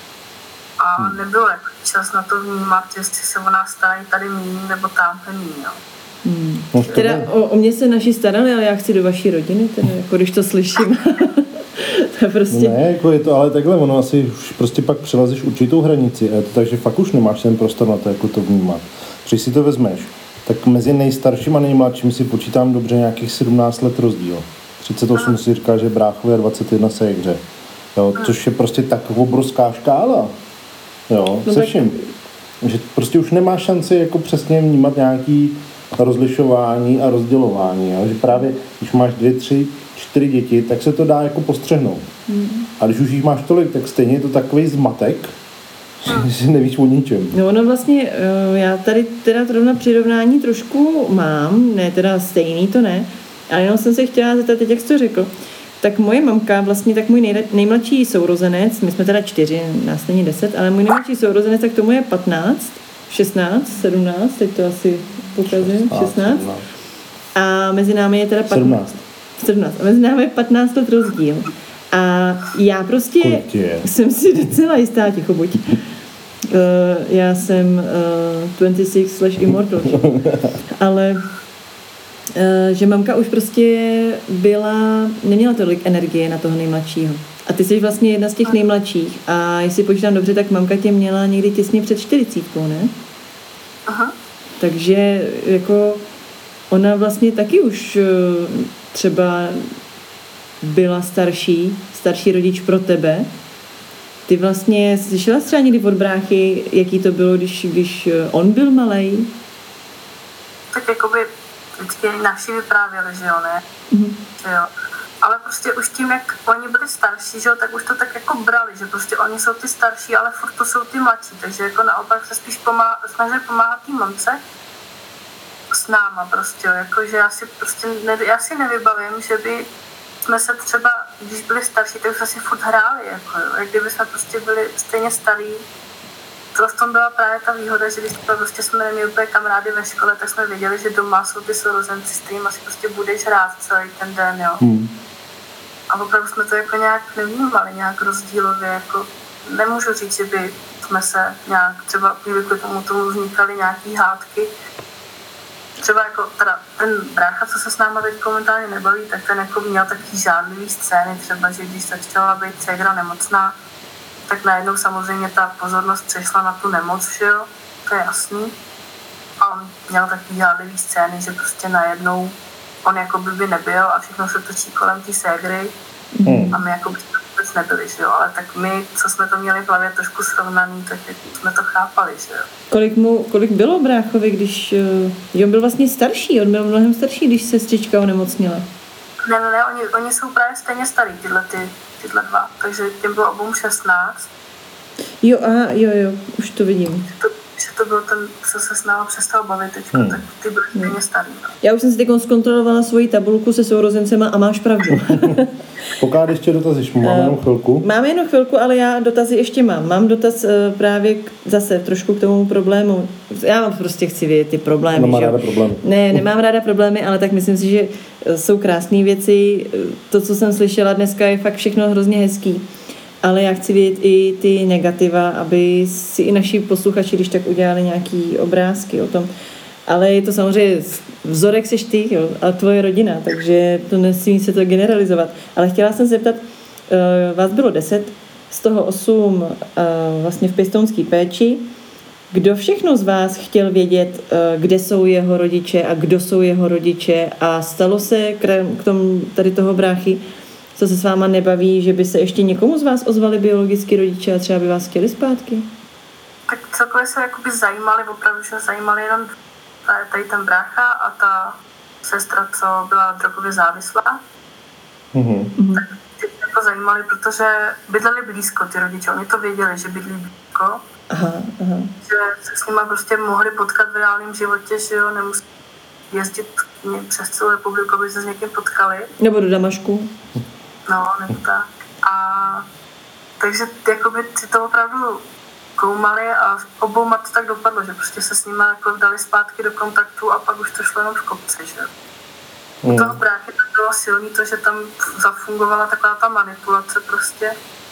A nebylo jako čas na to vnímat, jestli se o nás starají tady míň, nebo tam míň, jo. Hmm. Teda o, o mě se naši starali, ale já chci do vaší rodiny, teda, jako když to slyším. To prostě... Ne, jako je to ale takhle, ono asi už prostě pak přelazíš určitou hranici a je to tak, že fakt už nemáš ten prostor na to, jako to vnímat. Když si to vezmeš, tak mezi nejstarším a nejmladším si počítám dobře nějakých sedmnáct let rozdíl. třicet osm si říká, že bráchovi a dvacet jedna se je hře. Jo, což je prostě tak obrovská škála. Jo, no se tak... vším. Že prostě už nemáš šanci jako přesně vnímat nějaký rozlišování a rozdělování. Jo? Že právě, když máš dvě, tři, čtyři děti, tak se to dá jako postřehnout. Mm. A když už jich máš tolik, tak stejně je to takový zmatek, že si nevíš o ničem. No ono vlastně, já tady teda zrovna přirovnání trošku mám, ne teda stejný, to ne, ale jenom jsem se chtěla zeptat, teď jak jsi to řekl, tak moje mamka, vlastně tak můj nejle, nejmladší sourozenec, my jsme teda čtyři, nás není deset, ale můj nejmladší sourozenec, tak tomu je patnáct, šestnáct, sedmnáct, teď to asi pokazuji, šestnáct. A mezi námi je teda patnáct. sedmnáct. A mezi námi je patnáct let rozdíl. A já prostě jsem si docela jistá, ticho buď. Uh, já jsem uh, dvacet šest slash immortal. Ale uh, že mamka už prostě byla, neměla tolik energie na toho nejmladšího. A ty jsi vlastně jedna z těch nejmladších. A jestli počítám dobře, tak mamka tě měla někdy těsně před čtyřicítkou, ne? Aha. Takže jako ona vlastně taky už třeba byla starší, starší rodič pro tebe. Ty vlastně slyšela třeba někdy od bráchy, jaký to bylo, když, když on byl malej? Tak jakoby vždycky naši vyprávěli, že jo, ne? Mm-hmm. Že jo. Ale prostě už tím, jak oni byli starší, že jo, tak už to tak jako brali, že prostě oni jsou ty starší, ale furt to jsou ty mladší, takže jako naopak se spíš pomá- snaží pomáhat tý mamce s náma prostě, jo, jako že já si prostě, ne, já si nevybavím, že by jsme se třeba, když byli starší, tak jsme si furt hráli, jako jo, jak kdyby jsme prostě byli stejně starý. To v tom byla právě ta výhoda, že když prostě jsme neměli úplně kamarády ve škole, tak jsme věděli, že doma jsou ty sourozenci, s kterými si prostě budeš hrát celý ten den, jo. Hmm. A opravdu jsme to jako nějak nevnímali, nějak rozdílově, jako nemůžu říct, že by jsme se nějak, třeba kvůli tomu tomu vznikaly nějaký hádky. Třeba jako teda ten brácha, co se s náma teď momentálně nebaví, tak ten jako měl taky žádlivý scény, třeba, že když začala být ségra nemocná, tak najednou samozřejmě ta pozornost přešla na tu nemoc, že jo, to je jasný. A on měl takový žádlivý scény, že prostě najednou on jako by, by nebyl a všechno se točí kolem té ségry mm. a my jako by vůbec nebyli, že jo, ale tak my, co jsme to měli v hlavě trošku srovnaný, tak jsme to chápali, že jo. Kolik mu, kolik bylo bráchovi, když, uh, on byl vlastně starší, on byl mnohem starší, když sestřička onemocněla. Ne, ne, ne, oni, oni jsou právě stejně starý, tyhle, ty, tyhle dva, takže těm bylo obou šestnáct. Jo, aha, jo, jo, už to vidím. To, že to byl ten, co se s náma přestal bavit teďka, hmm. tak ty byly stejně hmm. starý. No. Já už jsem si teď zkontrolovala svoji tabulku se sourozencema a máš pravdu. Pokud ještě dotazy, máme jenom chvilku. Máme jenom chvilku, ale já dotazy ještě mám. Mám dotaz uh, právě k, zase trošku k tomu problému. Já vám prostě chci vědět ty problémy. Nemám ráda problémy. Ne, nemám ráda problémy, ale tak myslím si, že jsou krásné věci. To, co jsem slyšela dneska, je fakt všechno hrozně hezký. Ale já chci vidět i ty negativa, aby si i naši posluchači, když tak udělali nějaký obrázky o tom. Ale je to samozřejmě, vzorek seš ty, jo, a tvoje rodina, takže to nesmí se to generalizovat. Ale chtěla jsem se zeptat, uh, vás bylo deset, z toho osm uh, vlastně v pěstounské péči. Kdo všechno z vás chtěl vědět, uh, kde jsou jeho rodiče a kdo jsou jeho rodiče a stalo se k tomu tady toho bráchy, co se s váma nebaví, že by se ještě někomu z vás ozvali biologicky rodiče a třeba by vás chtěli zpátky? Tak celkově se jakoby zajímali, opravdu, že zajímali jenom tady ten brácha a ta sestra, co byla drogově závislá. Mm-hmm. Tak ty mě jako zajímali, protože bydleli blízko ty rodiče, oni to věděli, že bydlí blízko. Aha, aha. Že se s nima prostě mohli potkat v reálném životě, že jo, nemuseli jezdit přes celou republiku, aby se s někým potkali. Nebo do Damašku. No, nebo tak. A takže jakoby si to opravdu koumali a obouma to tak dopadlo, že prostě se s nima jako dali zpátky do kontaktu a pak už to šlo jenom v kopci, že? Mm. U toho bráchy tam bylo silný to, že tam zafungovala taková ta manipulace prostě.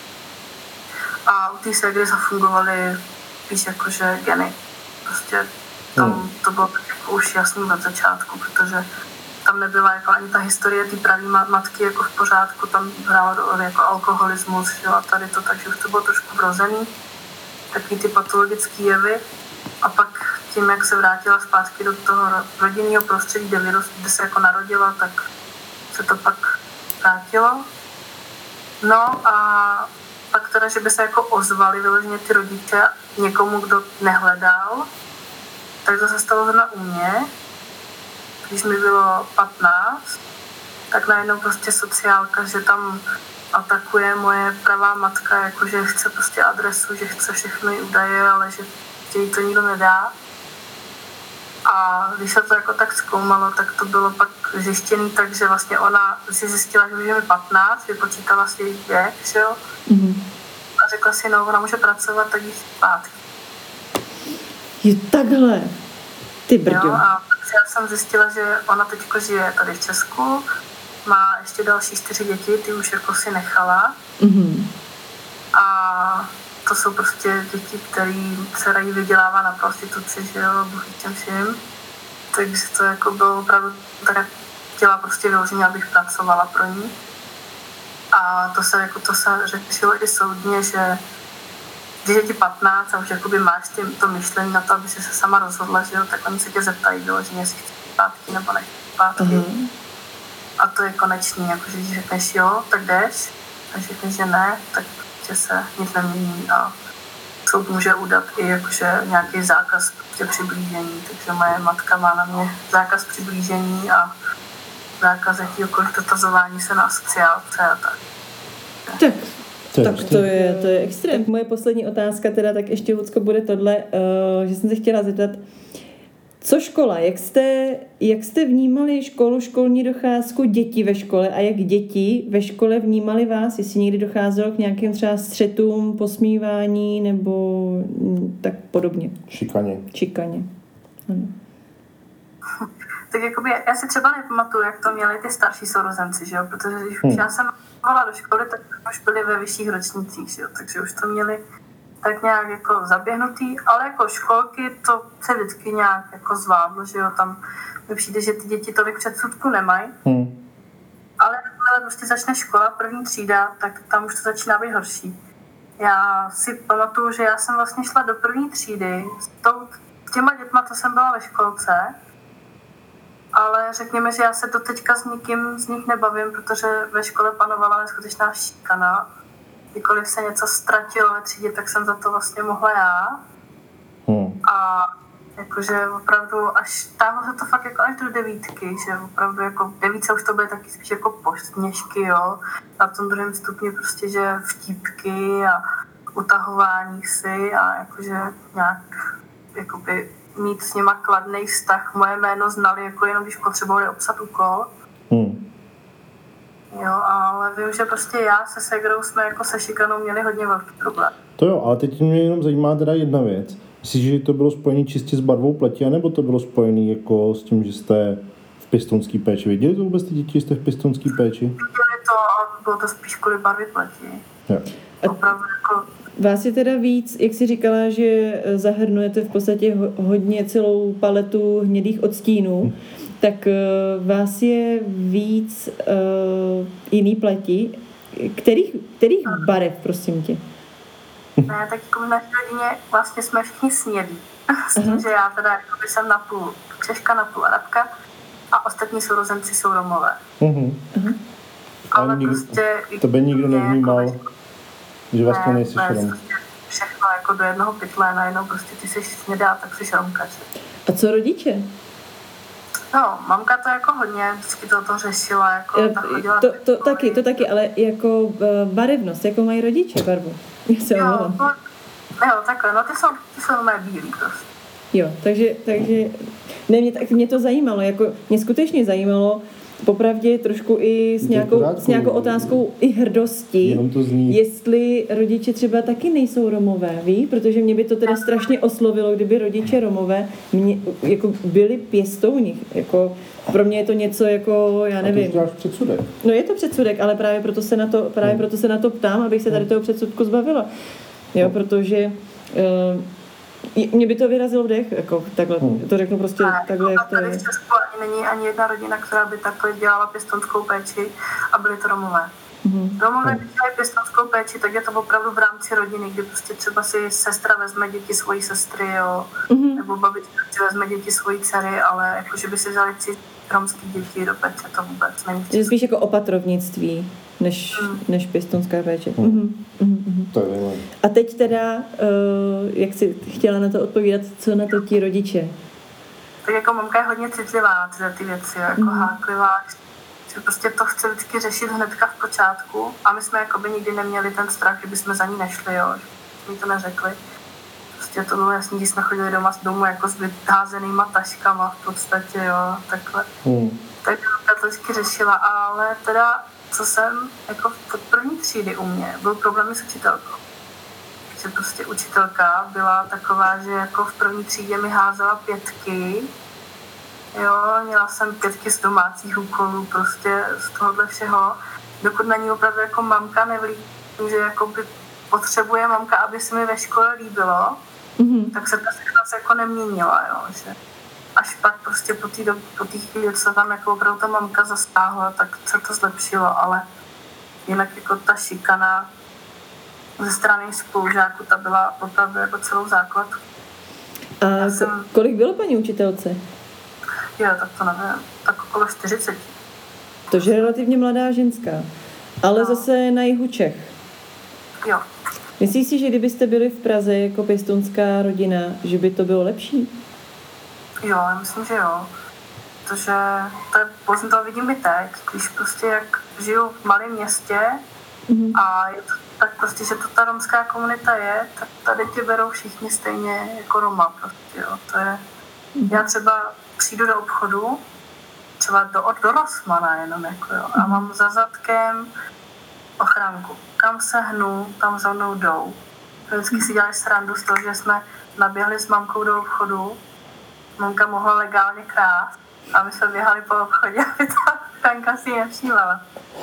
A u té ségry zafungovaly spíš jakože geny. Prostě tam mm. to bylo tak jako už jasný od začátku, protože tam nebyla jako ani ta historie té pravý matky jako v pořádku, tam hrála roli jako alkoholismus, jo, a tady to, takže už to bylo trošku vrozený, takový ty patologický jevy. A pak tím, jak se vrátila zpátky do toho rodinného prostředí, kde, vyrost, kde se jako narodila, tak se to pak vrátilo. No a pak teda, že by se jako ozvali vyloženě ty rodiče někomu, kdo nehledal, tak to se stalo zrovna u mě. Když mi bylo patnáct, tak najednou prostě sociálka, že tam atakuje moje pravá matka, jako že chce prostě adresu, že chce všechny údaje, ale že jí to nikdo nedá. A když se to jako tak zkoumalo, tak to bylo pak zjištěný tak, že vlastně ona si zjistila, že už je mi patnáct, vypočítala si její věk, že jo? Mm-hmm. A řekla si, no, ona může pracovat, tak jít zpátky. Je takhle. Ty brďo. Jo, a já jsem zjistila, že ona teď žije tady v Česku, má ještě další čtyři děti, ty už jako si nechala. Mm-hmm. A to jsou prostě děti, které se rají vydělává na prostituci, že jo, bohu těm všem. Takže to jako bylo opravdu, tak chtěla prostě vyloženě, abych pracovala pro ní. A to se, jako to se řešilo i soudně, že když je ti patnáct a už jakoby máš tím, to myšlení na to, aby si se sama rozhodla, že jo, tak oni se tě zeptají, vyloženě, jestli chci zpátky nebo nechci zpátky. Uh-huh. A to je konečný, jakože když řekneš jo, tak jdeš, a když řekneš, že ne, tak prostě se nic nemění a soud může udat i jakože nějaký zákaz prostě přiblížení, takže moje matka má na mě zákaz přiblížení a zákaz jakýkoliv dotazování se na sociálce a tak. Tak. To tak to je, to je extrém. Tak moje poslední otázka teda, tak ještě, Lucko, bude tohle, uh, že jsem se chtěla zeptat, co škola, jak jste, jak jste vnímali školu, školní docházku, děti ve škole a jak děti ve škole vnímali vás, jestli někdy docházelo k nějakým třeba střetům, posmívání nebo tak podobně. Šikaně. Šikaně, ano. Tak jakoby, já si třeba nepamatuju, jak to měli ty starší sourozenci, že jo, protože když hmm. já jsem chovala do školy, tak už byli ve vyšších ročnících, že jo, takže už to měli tak nějak jako zaběhnutý, ale jako školky to se vždycky nějak jako zvládlo, že jo, tam mi přijde, že ty děti tolik předsudku nemají, hmm. ale ale prostě začne škola, první třída, tak tam už to začíná být horší. Já si pamatuju, že já jsem vlastně šla do první třídy s, tou, s těma dětma, co jsem byla ve školce, ale řekněme, že já se doteďka s nikým z nich nebavím, protože ve škole panovala neskutečná šikana. Kdykoliv se něco ztratilo ve třídě, tak jsem za to vlastně mohla já. Hmm. A jakože opravdu až táhlo se to fakt jako až do devítky, že opravdu jako devíce už to byly taky spíš jako posměšky, jo. Na tom druhém stupni prostě, že vtípky a utahování si a jakože nějak jakoby mít s nima kladný vztah. Moje jméno znali jako jenom, když potřebovali obsat úkol. Hmm. Jo, ale vím, že prostě já se Segrou jsme jako se šikanou měli hodně velký problém. To jo, ale teď mě jenom zajímá teda jedna věc. Myslíš, že to bylo spojené čistě s barvou pleti, anebo to bylo spojené jako s tím, že jste v pěstounské péči? Věděli to vůbec ty děti, že jste v pěstounské péči? Věděli to, ale bylo to spíš kvůli barvy pleti. Jo. Opravdu jako... Vás je teda víc, jak jsi říkala, že zahrnujete v podstatě hodně celou paletu hnědých odstínů, hmm. tak uh, vás je víc uh, jiný pleti. Kterých, kterých barev, prosím tě? Ne, tak jako v naší rodině vlastně jsme všichni snědí. S tím, že já teda jako jsem napůl Češka, napůl Arabka a ostatní sourozenci jsou Romové. Uh-huh. Uh-huh. Ale nikdo, prostě... Tebe nikdo nevnímal, jako, že vlastně ne, nejsi Rom. Všechno jako do jednoho pytle, najednou prostě ty jsi snědá, tak jsi Romka. A co rodiče? No, mamka to jako hodně vždycky to, to řešila, jako Já, ta chodila... To, to, to taky, to taky, ale jako barevnost, jako mají rodiče barvu. Já se jo, omlouvám. no, jo, takhle, no ty jsou, ty jsou mé bílý prostě. Jo, takže, takže ne, mě, tak, mě to zajímalo, jako mě skutečně zajímalo, popravdě trošku i s nějakou, s nějakou otázkou i hrdosti, jestli rodiče třeba taky nejsou Romové, ví? Protože mě by to teda strašně oslovilo, kdyby rodiče Romové mě, jako byli pěstouni. Jako, pro mě je to něco jako, já nevím. A to děláš předsudek. No je to předsudek, ale právě proto se na to, právě hmm. proto se na to ptám, abych se tady toho předsudku zbavila. Jo, protože uh, mě by to vyrazilo v dech, jako takhle, hmm. to řeknu prostě a, takhle, jak to je. A tady v Česku není ani jedna rodina, která by takhle dělala pěstounskou péči a byly to Romové. Hmm. Romové, když dělají pěstounskou péči, tak je to opravdu v rámci rodiny, kdy prostě třeba si sestra vezme děti svojí sestry, jo, hmm. nebo babička si vezme děti svojí dcery, ale jako, že by si vzali tři romský děti do péče, to vůbec není. Je spíš jako opatrovnictví, než, hmm. než pěstounská péče. Hmm. Hmm. Hmm. To je a teď teda, uh, jak jsi chtěla na to odpovídat, co na to ti rodiče? Tak jako mamka je hodně citlivá na tyhle ty věci, jako hmm. háklivá, že prostě to chce vždycky řešit hnedka v počátku a my jsme jakoby nikdy neměli ten strach, kdyby jsme za ní nešli, jo, že mi to neřekli. Prostě to bylo jasný, když jsme chodili doma z domu jako s vyházenýma taškama v podstatě, jo, takhle. Hmm. Tak mamka to vždycky řešila, ale teda co jsem jako od první třídy u mě, byl problém s učitelkou. Že prostě učitelka byla taková, že jako v první třídě mi házela pětky, jo, měla jsem pětky z domácích úkolů, prostě z tohohle všeho, dokud na ní opravdu jako mamka nevlí, že jako by potřebuje mamka, aby se mi ve škole líbilo, mm-hmm. tak se ta situace jako neměnila, jo, že až pak prostě po té po chvíli, co tam jako opravdu ta mamka zastáhla, tak se to zlepšilo, ale jinak jako ta šikana ze strany spolužáků, ta byla opravdu jako celou základ. A jsem... kolik bylo paní učitelce? Jo, tak to nevím, tak okolo čtyřicet. To je relativně mladá ženská, ale no. Zase na jihu Čech. Jo. Myslíš si, že kdybyste byli v Praze jako pěstounská rodina, že by to bylo lepší? Jo, já myslím, že jo. Protože to, je, to vidím i teď, když prostě jak žiju v malém městě mm-hmm. a je to tak prostě, že to ta romská komunita je, tak tady tě berou všichni stejně jako Roma prostě, jo. To je, mm-hmm. já třeba přijdu do obchodu, třeba do, do Rossmana jenom, jako jo, a mám za zadkem ochránku. Kam se hnu, tam za mnou jdou. Vždycky si dělali srandu z toho, že jsme naběhli s mamkou do obchodu, mamka mohla legálně krást a my jsme běhali po obchodě, aby ta ochránka si ji nevšímala.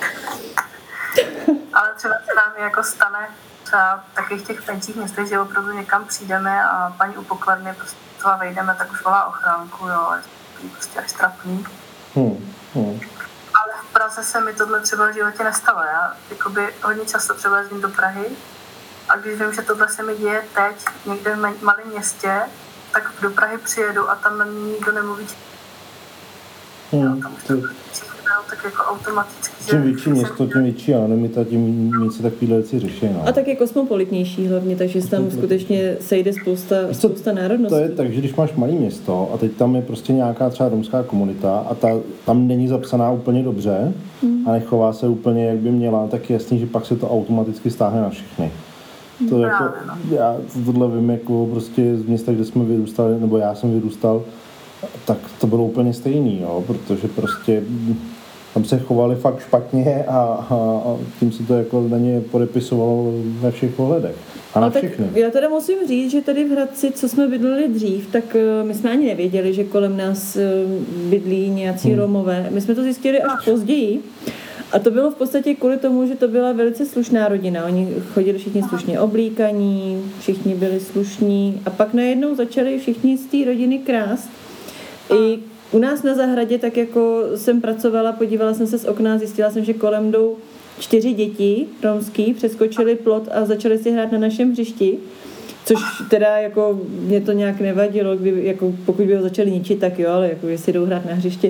Ale třeba se nám jako stane třeba v takových těch menších městech, že opravdu někam přijdeme a paní u pokladny prostě třeba vejdeme, tak už volá ochránku, jo, je prostě až trapný. Hmm, hmm. Ale v Praze se mi tohle třeba v životě nestalo, já jakoby hodně často třeba jezdím do Prahy a když vím, že tohle se mi děje teď někde v malém městě, tak do Prahy přijedu a tam na mě nikdo nemluví. Hmm, jo, tam už to tak jako automaticky. Čím větší město, tím větší anonymita, tím víc se takovýhle věci řeší. No. A tak je kosmopolitnější hlavně, takže se tam skutečně sejde spousta, spousta národností. To je tak, že když máš malé město a teď tam je prostě nějaká třeba romská komunita a ta tam není zapsaná úplně dobře hmm. a nechová se úplně, jak by měla, tak je jasný, že pak se to automaticky stáhne na všechny. To hmm. jako, já tohle vím jako prostě z města, kde jsme vyrůstali, nebo já jsem vyrůstal, tak to bylo úplně stejný, jo, protože prostě tam se chovali fakt špatně a, a, a tím se to jako na ně podepisovalo ve všech ohledech. A na no všechny. Já teda musím říct, že tady v Hradci, co jsme bydleli dřív, tak uh, my jsme ani nevěděli, že kolem nás uh, bydlí nějací hmm. Romové. My jsme to zjistili až později. A to bylo v podstatě kvůli tomu, že to byla velice slušná rodina. Oni chodili všichni slušně oblíkaní, všichni byli slušní a pak najednou začali všichni z té rodiny krást. I u nás na zahradě, tak jako jsem pracovala, podívala jsem se z okna, zjistila jsem, že kolem jdou čtyři děti romský, přeskočili plot a začali si hrát na našem hřišti, což teda jako mě to nějak nevadilo, kdy, jako pokud by ho začali ničit, tak jo, ale jako jestli jdou hrát na hřiště.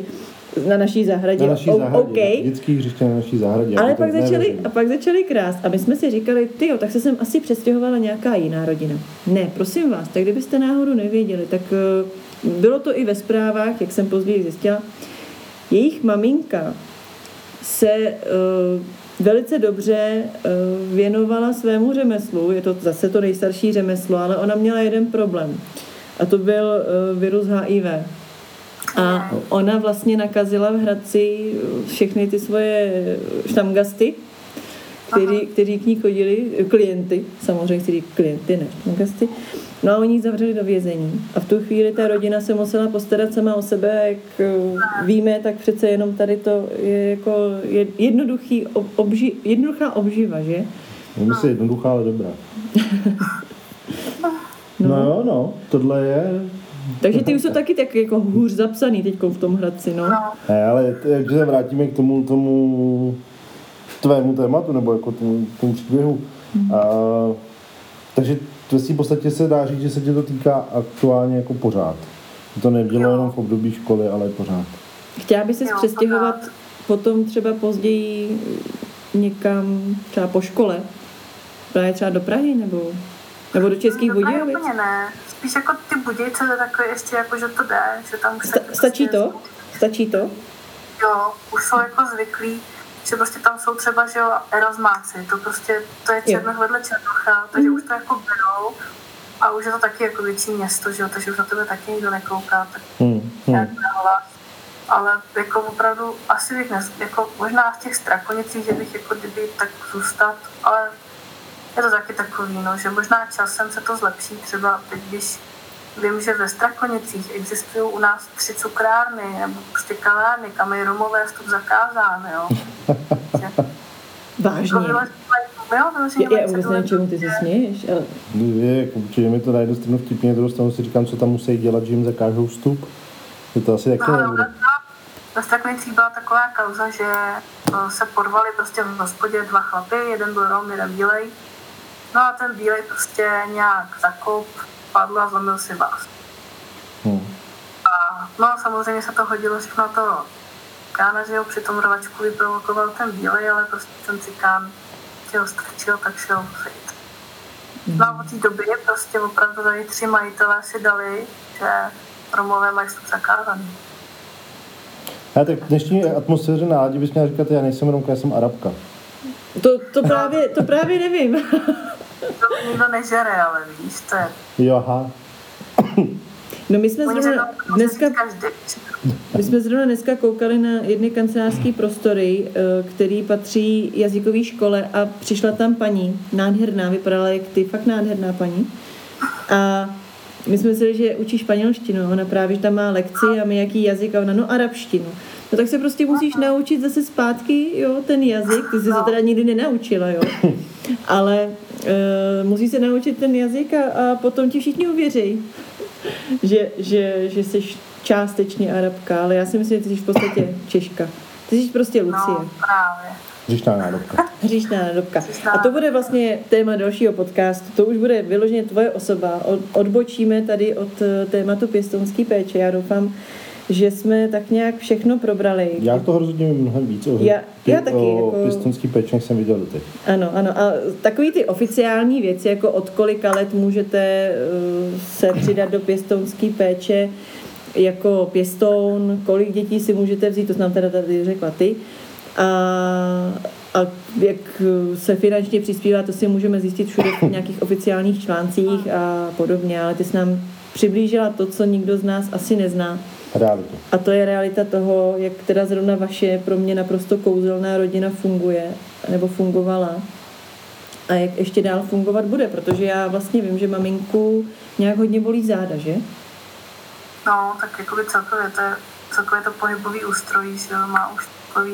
na naší zahradě. Na naší o, zahradě, okay. dětský hřiště na naší zahradě. Ale jako pak začali, a pak začali krást. A my jsme si říkali, tyjo, tak se sem asi přestěhovala nějaká jiná rodina. Ne, prosím vás, tak kdybyste náhodou nevěděli, tak uh, bylo to i ve zprávách, jak jsem později zjistila. Jejich maminka se uh, velice dobře uh, věnovala svému řemeslu. Je to zase to nejstarší řemeslo, ale ona měla jeden problém. A to byl uh, virus H I V. A ona vlastně nakazila v Hradci všechny ty svoje štamgasty, kteří, kteří k ní chodili, klienty, samozřejmě kteří klienty, ne štamgasty. No a oni ji zavřeli do vězení. A v tu chvíli ta rodina se musela postarat sama o sebe, jak víme, tak přece jenom tady to je jako jednoduchý obži, jednoduchá obživa, že? Nevím, jestli jednoduchá, ale dobrá. No. no jo, no, tohle je... Takže ty už jsou taky tak jako hůř zapsaný teď v tom Hradci, no. Ne, ale jak se vrátíme k tomu, tomu tvému tématu, nebo jako tomu, tomu příběhu. Hmm. A, takže v podstatě se dá říct, že se tě to týká aktuálně jako pořád. To nebylo jenom v období školy, ale pořád. Chtěla by se přestěhovat potom třeba později někam, třeba po škole? Právě třeba do Prahy, nebo... Nebo do Českých Budějovic? Úplně ne. Spíš jako ty Budějce, to je takové ještě jako, že to jde, že tam už Sta- Stačí prostě to? Stačí to? Jo, už jsou jako zvyklí, že prostě tam jsou třeba, že jo, Erasmáci, to prostě, to je Černoch vedle Černocha, takže mm. už to jako berou a už je to taky jako větší město, že jo, takže už na tebe taky nikdo nekouká, tak mm. nějak nehlas. Ale jako opravdu asi bych nes, jako možná v těch Strakonicích, že bych jako kdyby tak zůstat, ale je to taky takový, no, že možná časem se to zlepší, třeba teď, když vím, že ve Strakonicích existují u nás tři cukrárny nebo prostě kavárny, kam je Romové vstup zakázán, jo. Vážně? Jako vyloženě, jo, vyloženě já, já vůbec nevím, čemu ty se směješ, ale... Je, jako určitě mi to na jednu stranu vtipně, na druhou stranu si říkám, co tam musí dělat, že jim zakážou vstup. Je to asi taky no, nebude. Ve Strakonicích byla taková kauza, že se porvali prostě v hospodě dva chlapy, jeden byl Rom, jeden bílej. No a ten bílej prostě nějak zakoup, padl a zlomil si vás. Hmm. A no samozřejmě se to hodilo všechno na toho cikána, že jo, při tom rovačku vyprovokoval ten bílej, ale prostě ten cikán ho strčil, tak šel fejt. Hmm. No a od té doby prostě opravdu tady tři majitelé si dali, že Romové mají vstup zakázaný. A tak v dnešní atmosféře nálady bys měla říkat, já nejsem Romka, já jsem Arabka. To, to, právě, to právě nevím. To nikdo nežere, ale víš, to je... Jo, aha. No my jsme zrovna dneska, my jsme zrovna dneska koukali na jedny kancelářské prostory, který patří jazykové škole a přišla tam paní, nádherná, vypadala jak ty, fakt nádherná paní. A my jsme mysleli, že učí španělštinu, ona právě tam má lekci a my jaký jazyk a ona, no arabštinu. No tak se prostě musíš naučit zase zpátky, jo, ten jazyk, ty jsi se teda nikdy nenaučila, jo. Ale e, musí se naučit ten jazyk a, a potom ti všichni uvěří, že, že, že jsi částečně Arabka, ale já si myslím, že ty jsi v podstatě Češka. Ty jsi prostě Lucie. No, právě. Hříšná nádobka. Hříšná nádobka. A to bude vlastně téma dalšího podcastu. To už bude vyloženě tvoje osoba. Odbočíme tady od tématu pěstounské péče. Já doufám, že jsme tak nějak všechno probrali. Já toho rozhodně mnohem víc o, já, já taky, o jako... pěstounský péči, než jsem viděl doteď. Ano, ano. A takový ty oficiální věci, jako od kolika let můžete uh, se přidat do pěstounské péče jako pěstoun, kolik dětí si můžete vzít, to jsem nám teda tady řekla ty. A, a jak se finančně přispívá, to si můžeme zjistit všude v nějakých oficiálních článcích a podobně, ale ty jsi nám přiblížila to, co nikdo z nás asi nezná. Realitu. A to je realita toho, jak teda zrovna vaše pro mě naprosto kouzelná rodina funguje, nebo fungovala a jak ještě dál fungovat bude, protože já vlastně vím, že maminku nějak hodně bolí záda, že? No, tak jakoby celkově to je, celkově to pohybový ústrojí, že jo, má už takový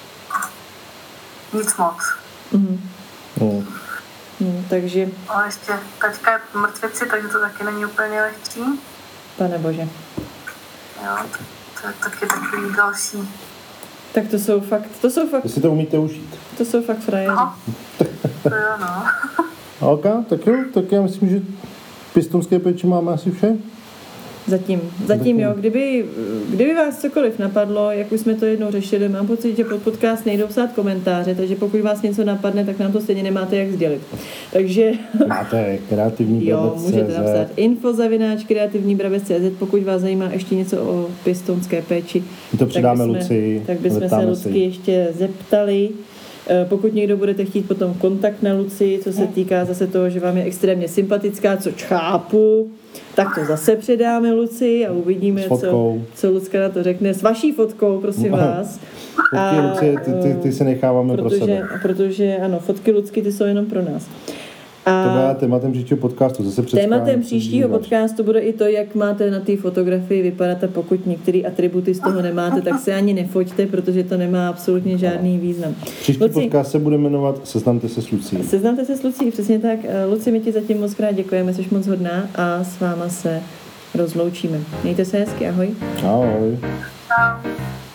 nic moc. Mm. Mm. Mm, takže... Ale ještě taťka je po mrtvici, takže to taky není úplně lehčí. Pane bože. Jo, to, to je taky takový další. Tak to jsou fakt, to jsou fakt... Jestli to umíte užít. To jsou fakt frajeři. No, to jo, no. Ok, tak jo, tak já myslím, že pěstounské péči máme asi vše. Zatím, zatím jo. Kdyby, kdyby vás cokoliv napadlo, jak už jsme to jednou řešili, mám pocit, že pod podcast nejdou psát komentáře, takže pokud vás něco napadne, tak nám to stejně nemáte jak sdělit. Takže... Máte kreativní jo, můžete napsat info zavináč kreativní brabec tečka cé zet, pokud vás zajímá ještě něco o pěstounské péči. My to přidáme Lucii. Tak bychom se Lucky ještě zeptali. Pokud někdo budete chtít potom kontakt na Lucii, co se týká zase toho, že vám je extrémně sympatická, což chápu, tak to zase předáme Lucii a uvidíme, co, co Lucka na to řekne. S vaší fotkou, prosím vás. Fotky a, Lucie, ty, ty, ty si necháváme protože, pro sebe. Protože ano, fotky Lucky, ty jsou jenom pro nás. A to byla tématem příštího podcastu. Zase tématem příštího podcastu bude i to, jak máte na té fotografii vypadat, a pokud některé atributy z toho nemáte, tak se ani nefoťte, protože to nemá absolutně žádný význam. Příští Luci, podcast se bude jmenovat Seznamte se s Lucí. Seznamte se s Lucí, přesně tak. Luci, my ti zatím moc krát děkujeme, jsi moc hodná a s váma se rozloučíme. Mějte se hezky, ahoj. Ahoj. Ahoj.